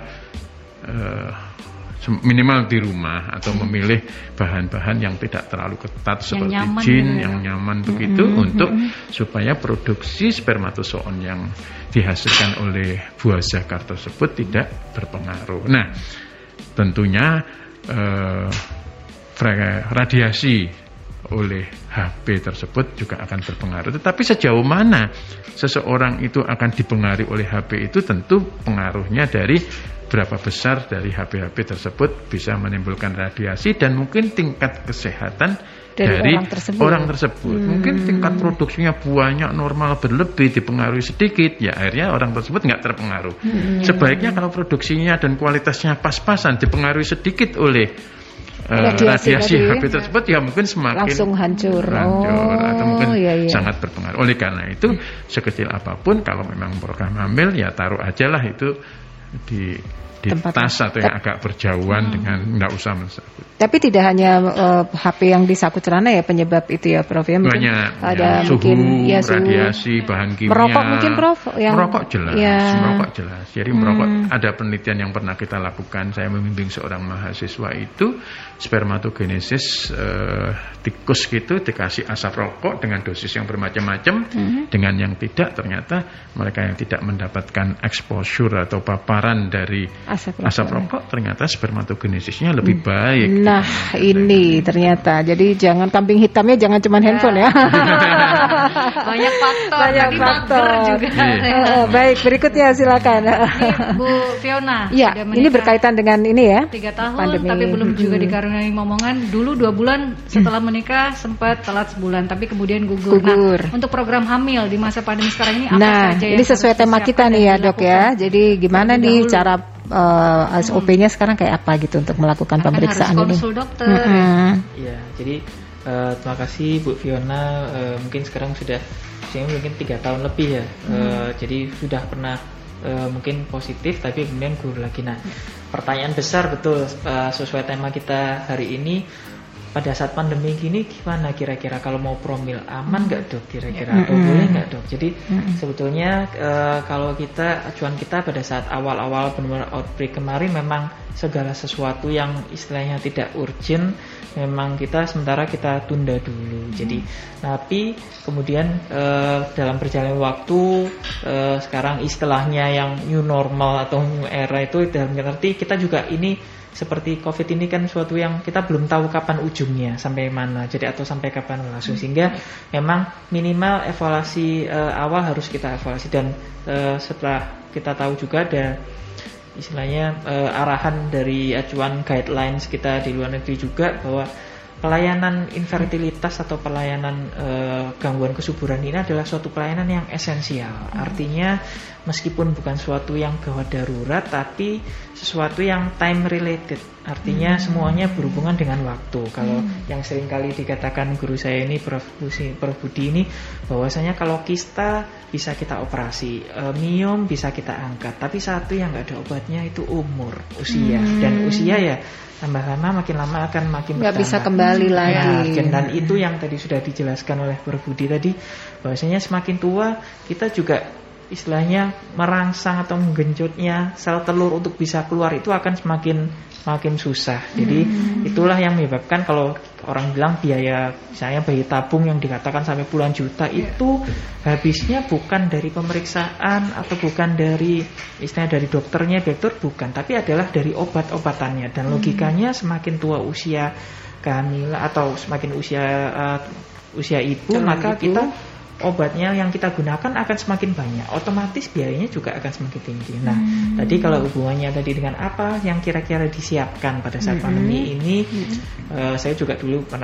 minimal di rumah atau memilih bahan-bahan yang tidak terlalu ketat seperti jeans yang nyaman begitu untuk supaya produksi spermatozoon yang dihasilkan oleh buah zakar tersebut tidak berpengaruh. Nah, tentunya radiasi oleh HP tersebut juga akan berpengaruh. Tetapi sejauh mana seseorang itu akan dipengaruhi oleh HP itu tentu pengaruhnya dari berapa besar dari HP tersebut bisa menimbulkan radiasi dan mungkin tingkat kesehatan dari orang tersebut. Mungkin tingkat produksinya banyak, normal, berlebih, dipengaruhi sedikit, ya akhirnya orang tersebut nggak terpengaruh. Sebaiknya kalau produksinya dan kualitasnya pas-pasan, dipengaruhi sedikit oleh radiasi HP tersebut, ya mungkin semakin langsung hancur atau mungkin sangat berpengaruh. Oleh karena itu sekecil apapun kalau memang program hamil ya taruh aja lah itu di tas atau yang agak berjauhan dengan nggak usah mensakut. Tapi tidak hanya HP yang di saku celana ya penyebab itu ya Prof ya, mungkin ada suhu, mungkin radiasi, bahan kimia. Merokok mungkin Prof yang merokok jelas. Jadi merokok ada penelitian yang pernah kita lakukan. Saya membimbing seorang mahasiswa itu spermatogenesis tikus gitu dikasih asap rokok dengan dosis yang bermacam-macam, dengan yang tidak ternyata mereka yang tidak mendapatkan exposure atau paparan dari Asap rokok ternyata spermatogenesisnya lebih baik. Nah, ini ternyata. Jadi jangan kambing hitamnya jangan cuma handphone ya. Banyak faktor. Banyak Tadi faktor mager juga. Baik, berikutnya silakan. Bu Fiona. Ya, sudah ini menikah berkaitan dengan ini ya. 3 tahun pandemi. Tapi belum juga dikaruniai momongan. Dulu 2 bulan setelah menikah sempat telat sebulan, tapi kemudian gugur. Nah, untuk program hamil di masa pandemi sekarang ini apa saja yang ini sesuai tema kita nih ya Dok ya. Jadi gimana nih cara SOP-nya sekarang kayak apa gitu untuk melakukan pemeriksaan harus ini? konsul dokter. Ya, jadi terima kasih Bu Fiona. Mungkin sekarang sudah mungkin 3 tahun lebih ya. Jadi sudah pernah mungkin positif tapi kemudian gugur lagi. Nah, pertanyaan besar betul sesuai tema kita hari ini. Pada saat pandemi gini gimana kira-kira kalau mau promil aman nggak Dok kira-kira atau boleh nggak Dok? Jadi sebetulnya kalau acuan kita pada saat awal-awal benar-benar outbreak kemarin memang segala sesuatu yang istilahnya tidak urgent memang sementara kita tunda dulu. Jadi tapi kemudian dalam perjalanan waktu sekarang istilahnya yang new normal atau new era itu dalam arti kita juga ini seperti COVID ini kan suatu yang kita belum tahu kapan ujungnya sampai mana, jadi atau sampai kapan langsung, sehingga memang minimal evaluasi awal harus kita evaluasi dan setelah kita tahu juga ada istilahnya arahan dari acuan guidelines kita di luar negeri juga bahwa pelayanan infertilitas atau pelayanan gangguan kesuburan ini adalah suatu pelayanan yang esensial. Artinya meskipun bukan suatu yang gawat darurat, tapi sesuatu yang time related. Artinya semuanya berhubungan dengan waktu. Kalau yang sering kali dikatakan guru saya ini Prof Budi ini, bahwasanya kalau kista bisa kita operasi, miom bisa kita angkat, tapi satu yang nggak ada obatnya itu usia. Dan usia ya tambah lama makin lama akan makin nggak bertambah. bisa kembali lagi. Ya, dan itu yang tadi sudah dijelaskan oleh Prof Budi tadi, bahwasanya semakin tua kita juga istilahnya merangsang atau menggenjotnya sel telur untuk bisa keluar itu akan semakin susah. Jadi itulah yang menyebabkan kalau orang bilang biaya misalnya bayi tabung yang dikatakan sampai puluhan juta itu habisnya bukan dari pemeriksaan atau bukan dari istilahnya dari dokternya, bukan, tapi adalah dari obat-obatannya. Dan logikanya semakin tua usia kehamilan atau semakin usia ibu, maka kita obatnya yang kita gunakan akan semakin banyak, otomatis biayanya juga akan semakin tinggi. Nah, tadi kalau hubungannya tadi dengan apa yang kira-kira disiapkan pada saat pandemi ini, saya juga dulu pernah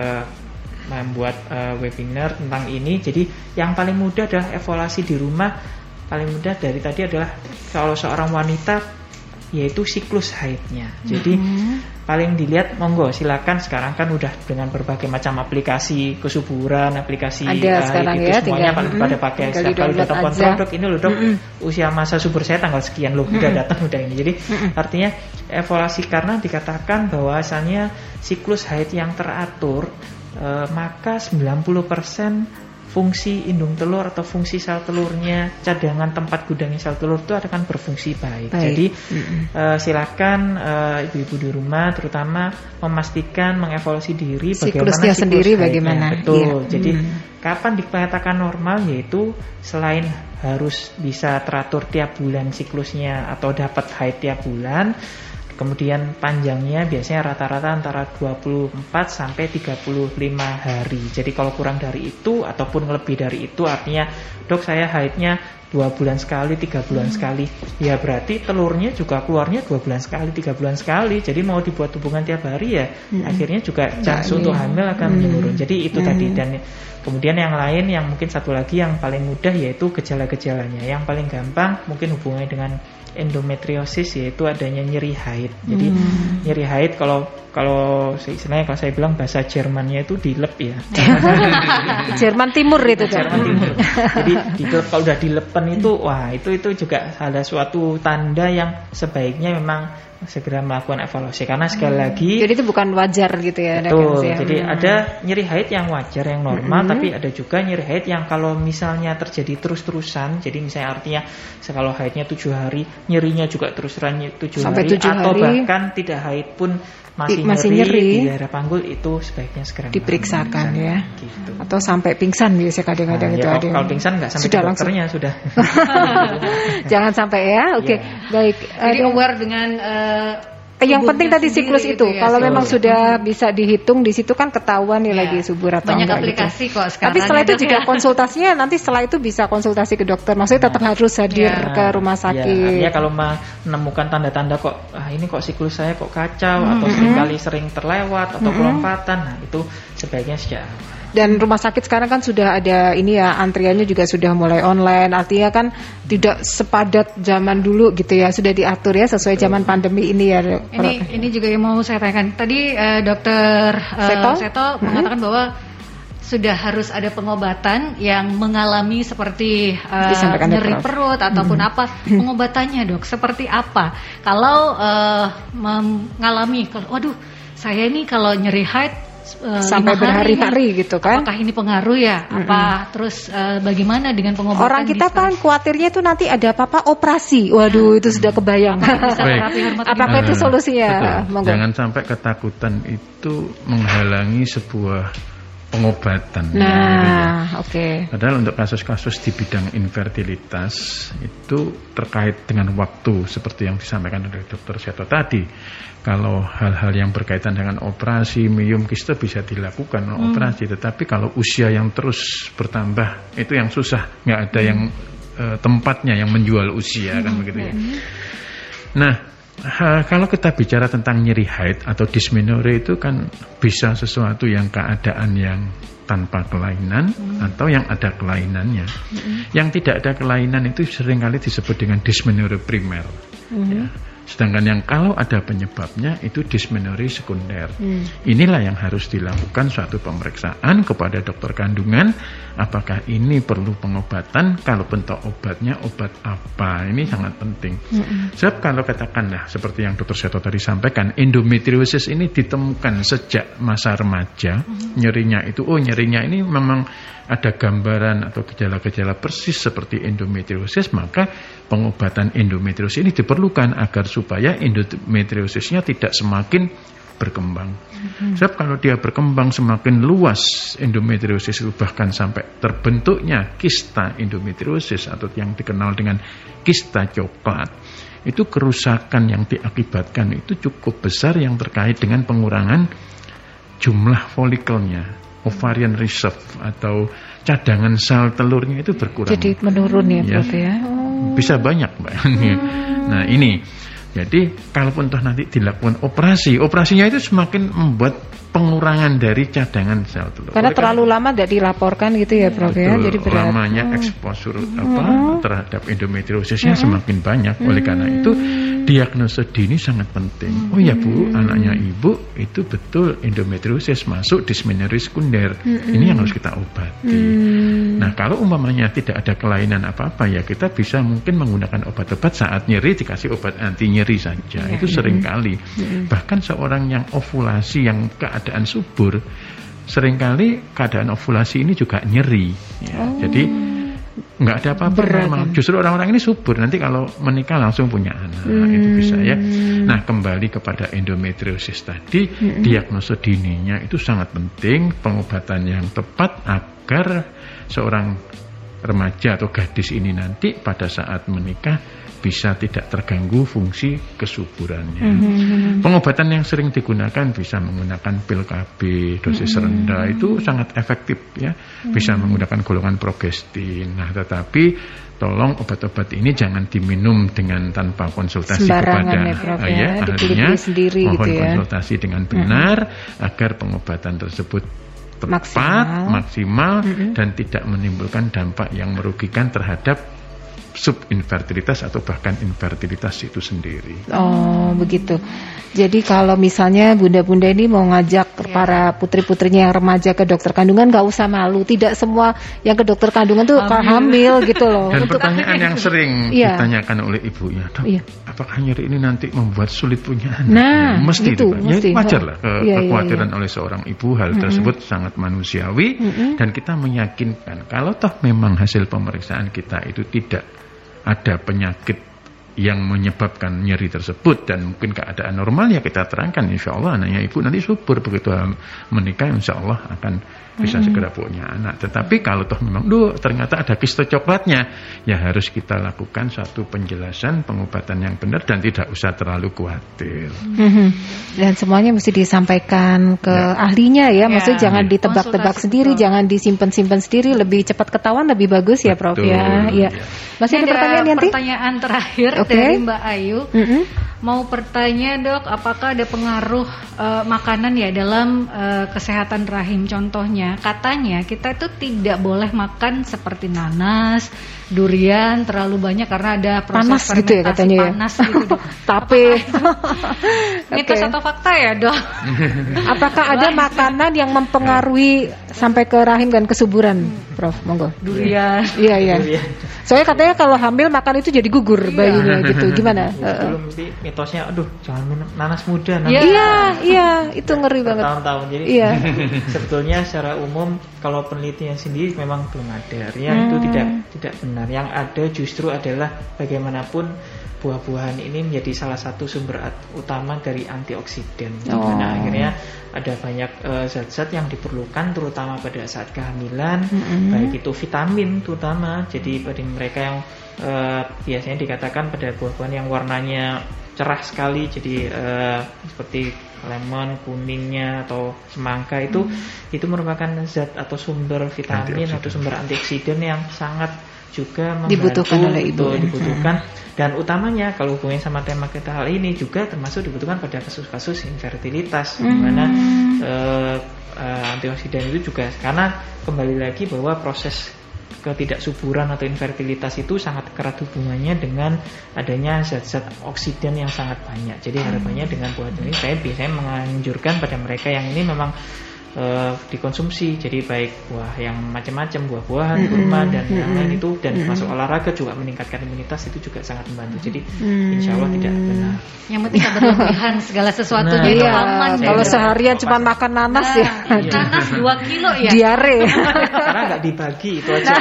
membuat webinar tentang ini. Jadi yang paling mudah adalah evaluasi di rumah. Paling mudah dari tadi adalah kalau seorang wanita yaitu siklus haidnya. Jadi paling dilihat, monggo silakan, sekarang kan udah dengan berbagai macam aplikasi kesuburan, aplikasi ada sekarang ya, semuanya pada pakai. Setiap kali udah telepon produk ini loh Dok, usia masa subur saya tanggal sekian loh, udah datang udah ini. Jadi artinya evaluasi karena dikatakan bahwasannya siklus haid yang teratur maka 90% fungsi indung telur atau fungsi sel telurnya, cadangan tempat gudangnya sel telur itu akan berfungsi baik. Jadi silakan ibu-ibu di rumah terutama memastikan mengevaluasi diri siklusnya sendiri bagaimana. Betul. Jadi kapan dikatakan normal, yaitu selain harus bisa teratur tiap bulan siklusnya atau dapat haid tiap bulan, kemudian panjangnya biasanya rata-rata antara 24 sampai 35 hari. Jadi kalau kurang dari itu ataupun lebih dari itu, artinya Dok saya haidnya 2 bulan sekali, 3 bulan sekali, ya berarti telurnya juga keluarnya 2 bulan sekali, 3 bulan sekali. Jadi mau dibuat hubungan tiap hari ya akhirnya juga chance untuk hamil akan menurun. Jadi itu tadi. Dan kemudian yang lain yang mungkin satu lagi yang paling mudah yaitu gejala-gejalanya. Yang paling gampang mungkin hubungannya dengan endometriosis, yaitu adanya nyeri haid. Jadi nyeri haid kalau istilahnya kalau saya bilang bahasa Jermannya itu dilep ya. Jerman Timur itu kan. Jerman Timur. Jadi dilep, kalau udah dilepen itu wah itu juga ada suatu tanda yang sebaiknya memang segera melakukan evaluasi karena sekali lagi jadi itu bukan wajar gitu ya. betul, jadi ada nyeri haid yang wajar yang normal, tapi ada juga nyeri haid yang kalau misalnya terjadi terus-terusan, jadi misalnya artinya kalau haidnya 7 hari nyerinya juga terus-terusan 7 sampai hari 7 atau hari. Bahkan tidak haid pun masih nyeri di daerah panggul, itu sebaiknya segera diperiksakan ya. Gitu. Atau sampai pingsan biasanya kadang-kadang itu ada. Kalau pingsan nggak sampai sudah ke dokternya langsung. sudah. Jangan sampai ya. Oke. Baik. Jadi aware dengan yang penting tadi tubuhnya siklus sendiri itu. gitu ya, Kalau siklus. memang sudah bisa dihitung di situ kan ketahuan nih lagi subur atau banyak enggak aplikasi gitu. kok sekarang. Tapi setelah itu ya, juga Dok, ya. konsultasinya nanti setelah itu bisa konsultasi ke dokter. Maksudnya tetap harus hadir ke rumah sakit. Ya, kalau menemukan tanda-tanda kok ini kok siklus saya kok kacau atau seringkali sering terlewat atau kelompatan, nah itu sebaiknya sejak awal. Dan rumah sakit sekarang kan sudah ada ini ya, antriannya juga sudah mulai online. Artinya kan tidak sepadat zaman dulu gitu ya, sudah diatur ya sesuai zaman pandemi ini ya. Ini juga yang mau saya tanyakan. Tadi Dokter Seto mengatakan bahwa sudah harus ada pengobatan yang mengalami seperti nyeri perut ataupun apa. Pengobatannya Dok seperti apa? Kalau mengalami, waduh saya ini kalau nyeri haid sampai berhari-hari gitu kan. Apakah ini pengaruh ya? Apa terus bagaimana dengan pengobatan? Orang kita kan khawatirnya itu nanti ada apa-apa operasi. Waduh, itu sudah kebayang. Apakah itu solusinya? Jangan sampai ketakutan itu menghalangi sebuah pengobatan. Nah, oke. Padahal untuk kasus-kasus di bidang infertilitas itu terkait dengan waktu seperti yang disampaikan oleh Dr. Seto tadi. Kalau hal-hal yang berkaitan dengan operasi miom kista bisa dilakukan operasi, tetapi kalau usia yang terus bertambah itu yang susah, nggak ada yang tempatnya yang menjual usia kan begitu ya. Nah, kalau kita bicara tentang nyeri haid atau dysmenorrhea itu kan bisa sesuatu yang keadaan yang tanpa kelainan atau yang ada kelainannya. Yang tidak ada kelainan itu seringkali disebut dengan dysmenorrhea primer. Ya. Sedangkan yang kalau ada penyebabnya itu dysmenorrhea sekunder. Inilah yang harus dilakukan suatu pemeriksaan kepada dokter kandungan. Apakah ini perlu pengobatan? Kalau bentuk obatnya obat apa? Ini sangat penting. Sebab kalau katakanlah seperti yang Dr. Seto tadi sampaikan, endometriosis ini ditemukan sejak masa remaja. Nyerinya itu, nyerinya ini memang ada gambaran atau gejala-gejala persis seperti endometriosis, maka pengobatan endometriosis ini diperlukan agar supaya endometriosisnya tidak semakin berkembang. Sebab kalau dia berkembang semakin luas endometriosis itu bahkan sampai terbentuknya kista endometriosis atau yang dikenal dengan kista coklat, itu kerusakan yang diakibatkan itu cukup besar yang terkait dengan pengurangan jumlah folikelnya. Ovarian reserve atau cadangan sel telurnya itu berkurang. Jadi menurun ya, Prof ya. Bisa banyak, Mbak. Nah, ini. Jadi, kalaupun toh nanti dilakukan operasinya itu semakin membuat pengurangan dari cadangan sel telur. Karena terlalu lama tidak dilaporkan gitu ya, Prof ya. Jadi berat. Lamanya eksposur terhadap endometriosisnya semakin banyak. Oleh karena itu, diagnosa dini sangat penting. Oh ya Bu, anaknya Ibu itu betul endometriosis masuk dysmenorrhea sekunder. Ini yang harus kita obati. Nah, kalau umpamanya tidak ada kelainan apa-apa ya kita bisa mungkin menggunakan obat-obat saat nyeri dikasih obat anti nyeri saja. Itu sering kali. Bahkan seorang yang ovulasi yang keadaan subur, seringkali keadaan ovulasi ini juga nyeri. Ya. Jadi nggak ada apa-apa memang. Justru orang-orang ini subur, nanti kalau menikah langsung punya anak. Itu bisa ya. Nah, kembali kepada endometriosis tadi, diagnosa dininya itu sangat penting, pengobatan yang tepat agar seorang remaja atau gadis ini nanti pada saat menikah bisa tidak terganggu fungsi kesuburannya. Pengobatan yang sering digunakan bisa menggunakan pil KB dosis rendah, itu sangat efektif ya. Bisa menggunakan golongan progestin. Nah, tetapi tolong obat-obat ini jangan diminum dengan tanpa konsultasi kepada ahlinya. Mohon konsultasi dengan benar agar pengobatan tersebut tepat, maksimal dan tidak menimbulkan dampak yang merugikan terhadap subinfertilitas atau bahkan infertilitas itu sendiri. Oh, begitu. Jadi kalau misalnya bunda-bunda ini mau ngajak para putri-putrinya yang remaja ke dokter kandungan, nggak usah malu. Tidak semua yang ke dokter kandungan tuh hamil gitu loh. Dan pertanyaan yang sering Iya. ditanyakan oleh ibunya, Dok, apakah nyeri ini nanti membuat sulit punya anak? Nah, mesti itu, Pak. mesti. Ya, wajar lah kekhawatiran Iya. oleh seorang ibu, hal tersebut sangat manusiawi, dan kita meyakinkan kalau toh memang hasil pemeriksaan kita itu tidak ada penyakit yang menyebabkan nyeri tersebut dan mungkin keadaan normal, ya kita terangkan, insya Allah anaknya ibu nanti subur, begitu menikah insya Allah akan bisa segera punya anak. Tetapi kalau toh memang ternyata ada kiste coklatnya, ya harus kita lakukan satu penjelasan pengobatan yang benar dan tidak usah terlalu khawatir. Dan semuanya mesti disampaikan ke ahlinya ya, maksudnya jangan ditebak-tebak sendiri, jangan disimpan-simpan sendiri, lebih cepat ketahuan lebih bagus ya, Prof ya. Iya. Masih ada pertanyaan Yanti? Pertanyaan terakhir dari Mbak Ayu. Mau bertanya, Dok, apakah ada pengaruh makanan ya dalam kesehatan rahim? Contohnya, katanya kita itu tidak boleh makan seperti nanas, durian terlalu banyak karena ada proses panas fermentasi gitu ya katanya panas gitu, Dok. Tapi Mitos atau fakta ya, Dok? Apakah ada makanan yang mempengaruhi sampai ke rahim dan kesuburan, Prof? Monggo. Durian. Iya. Soalnya katanya kalau hamil makan itu jadi gugur bayinya gitu. Gimana? Belum mesti mitosnya, aduh jangan minum nanas muda. Iya, itu ngeri banget. Tahun-tahun. Jadi sebetulnya secara umum kalau penelitian sendiri memang belum ada. Itu tidak benar. Yang ada justru adalah bagaimanapun buah-buahan ini menjadi salah satu sumber utama dari antioksidan, di mana akhirnya ada banyak zat-zat yang diperlukan terutama pada saat kehamilan, baik itu vitamin terutama. Jadi pada mereka yang biasanya dikatakan pada buah-buahan yang warnanya cerah sekali, jadi seperti lemon kuningnya atau semangka itu merupakan zat atau sumber vitamin atau sumber antioksidan yang sangat juga dibutuhkan oleh ibu, dibutuhkan. Dan utamanya kalau hubungannya sama tema kita hal ini juga termasuk dibutuhkan pada kasus-kasus infertilitas, di mana antioksidan itu juga, karena kembali lagi bahwa proses ketidaksuburan atau infertilitas itu sangat erat hubungannya dengan adanya zat-zat oksidan yang sangat banyak. Jadi harapannya dengan buah ini saya biasanya menganjurkan pada mereka yang ini memang dikonsumsi, jadi baik buah yang macam-macam, buah-buahan, kurma dan yang lain itu, dan masuk olahraga juga meningkatkan imunitas, itu juga sangat membantu. Jadi insya Allah tidak benar. Yang penting tidak berlebihan, segala sesuatunya itu aman. Kalau seharian cuma makan nanas nanas 2 kilo ya. Diare. Karena nggak dibagi itu aja.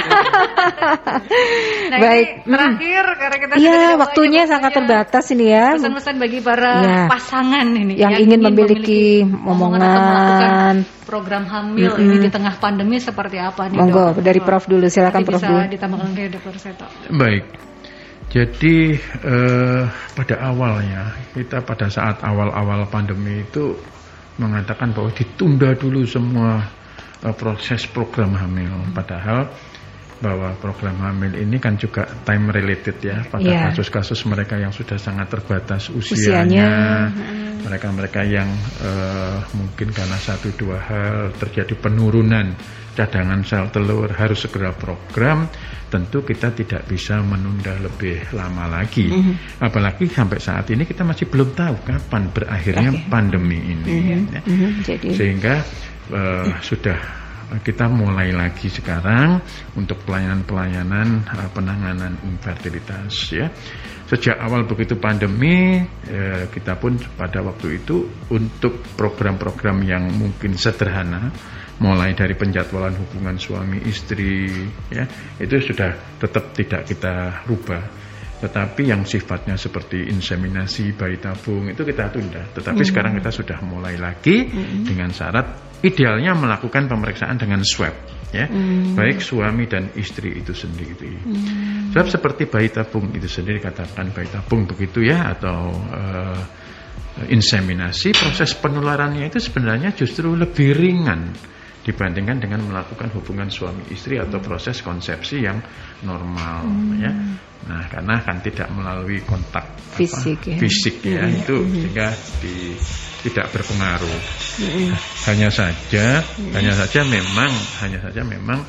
Baik. Terakhir karena kita waktunya sangat terbatas ini ya. Pesan-pesan bagi para pasangan ini yang ingin memiliki omongan program hamil ini di tengah pandemi seperti apa nih, Monggo, Dok? dari Prof dulu, silakan Prof dulu. Bisa ditambahkan dari Dr. Seto. Baik. Jadi pada awalnya kita pada saat awal-awal pandemi itu mengatakan bahwa ditunda dulu semua proses program hamil, padahal bahwa program hamil ini kan juga time related ya pada kasus-kasus mereka yang sudah sangat terbatas usianya. Mereka-mereka yang mungkin karena 1-2 hal terjadi penurunan cadangan sel telur harus segera program. Tentu kita tidak bisa menunda lebih lama lagi. Apalagi sampai saat ini kita masih belum tahu kapan berakhirnya pandemi ini. Sehingga sudah kita mulai lagi sekarang untuk pelayanan-pelayanan penanganan infertilitas ya. Sejak awal begitu pandemi kita pun pada waktu itu untuk program-program yang mungkin sederhana, mulai dari penjadwalan hubungan suami istri ya, itu sudah tetap tidak kita rubah. Tetapi yang sifatnya seperti inseminasi, bayi tabung itu kita tunda. Tetapi sekarang kita sudah mulai lagi dengan syarat idealnya melakukan pemeriksaan dengan swab ya, baik suami dan istri itu sendiri. Sebab seperti bayi tabung itu sendiri, katakan bayi tabung begitu ya, atau inseminasi, proses penularannya itu sebenarnya justru lebih ringan dibandingkan dengan melakukan hubungan suami istri atau proses konsepsi yang normal ya. Nah, karena kan tidak melalui kontak fisik ya, itu sehingga tidak berpengaruh. Hanya saja memang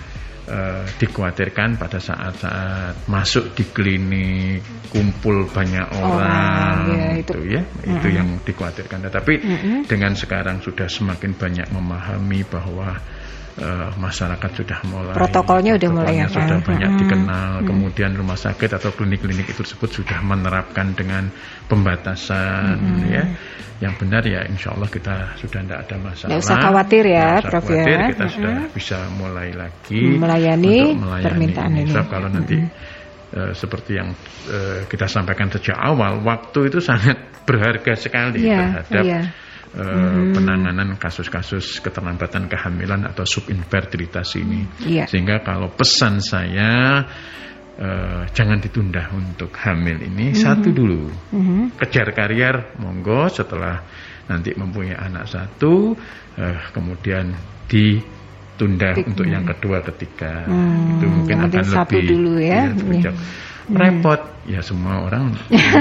dikhawatirkan pada saat masuk di klinik kumpul banyak orang itu yang dikhawatirkan. Tetapi dengan sekarang sudah semakin banyak memahami bahwa masyarakat sudah mulai protokolnya sudah banyak dikenal, kemudian rumah sakit atau klinik-klinik itu tersebut sudah menerapkan dengan pembatasan ya. Yang benar ya insya Allah kita sudah tidak ada masalah. Nggak usah khawatir ya, Prof ya. Kita sudah bisa mulai lagi melayani permintaan ini. Kalau nanti seperti yang kita sampaikan sejak awal, waktu itu sangat berharga sekali terhadap penanganan kasus-kasus keterlambatan kehamilan atau subinfertilitas ini. Sehingga kalau pesan saya jangan ditunda untuk hamil ini. Satu dulu kejar karier, monggo. Setelah nanti mempunyai anak satu, kemudian ditunda untuk yang kedua, ketiga. Itu mungkin akan lebih dulu ya. Repot ya, semua orang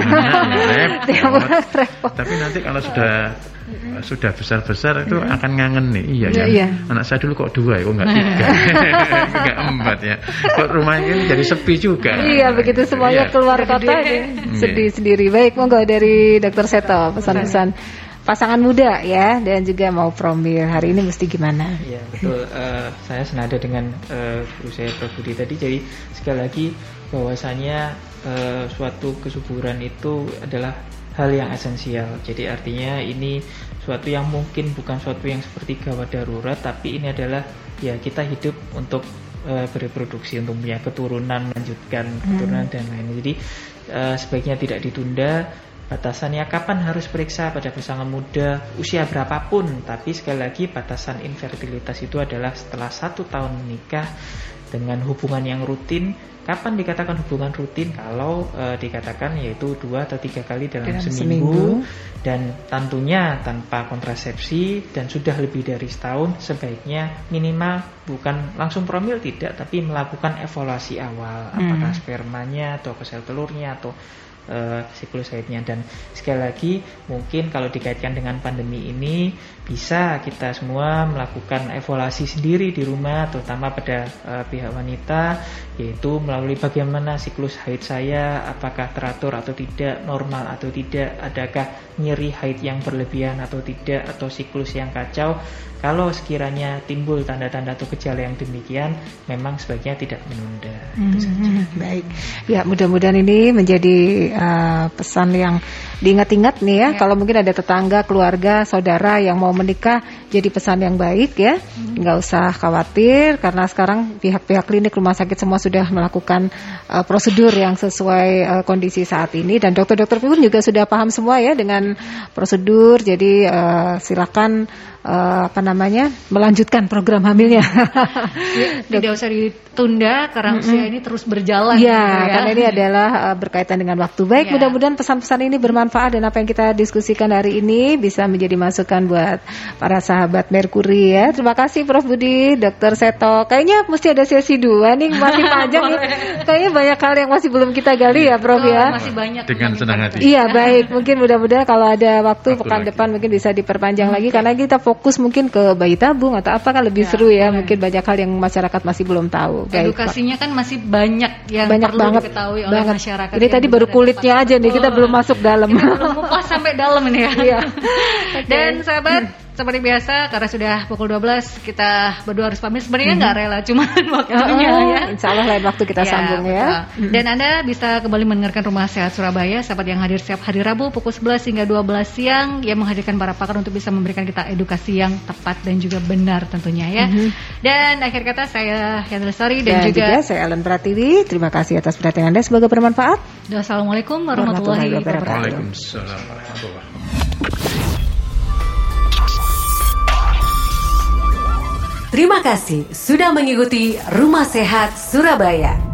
repot. Tapi nanti kalau sudah besar-besar itu akan ngangen nih. Iya. Anak saya dulu kok 2 ya, kok nggak 3, nggak 4 ya. Kok rumah ini jadi sepi juga. Iya, begitu semuanya keluar kota sedih sendiri. Baik, monggo dari Dr. Seto pesan-pesan pasangan muda ya dan juga mau promil hari ini mesti gimana? Iya betul. Saya senada dengan guru saya Prof Budi tadi. Jadi sekali lagi bahwasanya suatu kesuburan itu adalah hal yang esensial. Jadi artinya ini suatu yang mungkin bukan suatu yang seperti gawat darurat, tapi ini adalah ya kita hidup untuk bereproduksi, untuk punya keturunan, melanjutkan keturunan dan lain-lain. Jadi sebaiknya tidak ditunda. Batasannya kapan harus periksa pada pasangan muda, usia berapapun. Tapi sekali lagi batasan infertilitas itu adalah setelah 1 tahun menikah dengan hubungan yang rutin. Kapan dikatakan hubungan rutin? Kalau dikatakan yaitu 2 atau 3 kali dalam seminggu. Dan tentunya tanpa kontrasepsi dan sudah lebih dari setahun, sebaiknya minimal bukan langsung promil tidak, tapi melakukan evaluasi awal. Apakah spermanya atau sel telurnya atau siklus haidnya. Dan sekali lagi mungkin kalau dikaitkan dengan pandemi ini bisa kita semua melakukan evaluasi sendiri di rumah, terutama pada pihak wanita, yaitu melalui bagaimana siklus haid saya, apakah teratur atau tidak, normal atau tidak, adakah nyeri haid yang berlebihan atau tidak, atau siklus yang kacau. Kalau sekiranya timbul tanda-tanda atau gejala yang demikian, memang sebaiknya tidak menunda. Itu saja. Baik, ya mudah-mudahan ini menjadi pesan yang diingat-ingat nih ya. Kalau mungkin ada tetangga, keluarga, saudara yang mau menikah, jadi pesan yang baik ya. Nggak usah khawatir karena sekarang pihak-pihak klinik, rumah sakit semua sudah melakukan prosedur yang sesuai kondisi saat ini, dan dokter-dokter pun juga sudah paham semua ya dengan prosedur. Jadi silakan melanjutkan program hamilnya. Tidak usah ditunda karena usia ini terus berjalan. Ya, karena ini adalah berkaitan dengan waktu. Baik, mudah-mudahan pesan-pesan ini bermanfaat dan apa yang kita diskusikan hari ini bisa menjadi masukan buat para sahabat Merkuri ya. Terima kasih Prof Budi, Dr. Seto. Kayaknya mesti ada sesi 2 nih, masih panjang ya. Kayaknya banyak hal yang masih belum kita gali ya Prof ya. Masih banyak. Dengan senang hati. Iya, baik. Mungkin mudah-mudahan kalau ada waktu pekan depan mungkin bisa diperpanjang lagi karena kita fokus mungkin ke bayi tabung atau apa kan lebih seru ya. Mungkin banyak hal yang masyarakat masih belum tahu. Edukasinya kan masih banyak yang perlu banget diketahui oleh masyarakat. Ini tadi baru kulitnya aja nih, kita belum masuk dalam. Kita belum kupas sampai dalam ini ya. Iya. Dan sahabat, seperti biasa karena sudah pukul 12 kita berdua harus pamit. Sebenarnya nggak rela, cuma waktunya ya. Insya Allah lain waktu kita sambung ya. Dan Anda bisa kembali mendengarkan Rumah Sehat Surabaya, sahabat yang hadir setiap hari Rabu pukul 11 hingga 12 siang, yang menghadirkan para pakar untuk bisa memberikan kita edukasi yang tepat dan juga benar tentunya ya. Dan akhir kata saya Yana Lestari dan juga saya Ellen Pratiwi. Terima kasih atas perhatian Anda, semoga bermanfaat. Assalamualaikum warahmatullahi wabarakatuh. Waalaikumsalam warahmatullahi wabarakatuh. Terima kasih sudah mengikuti Rumah Sehat Surabaya.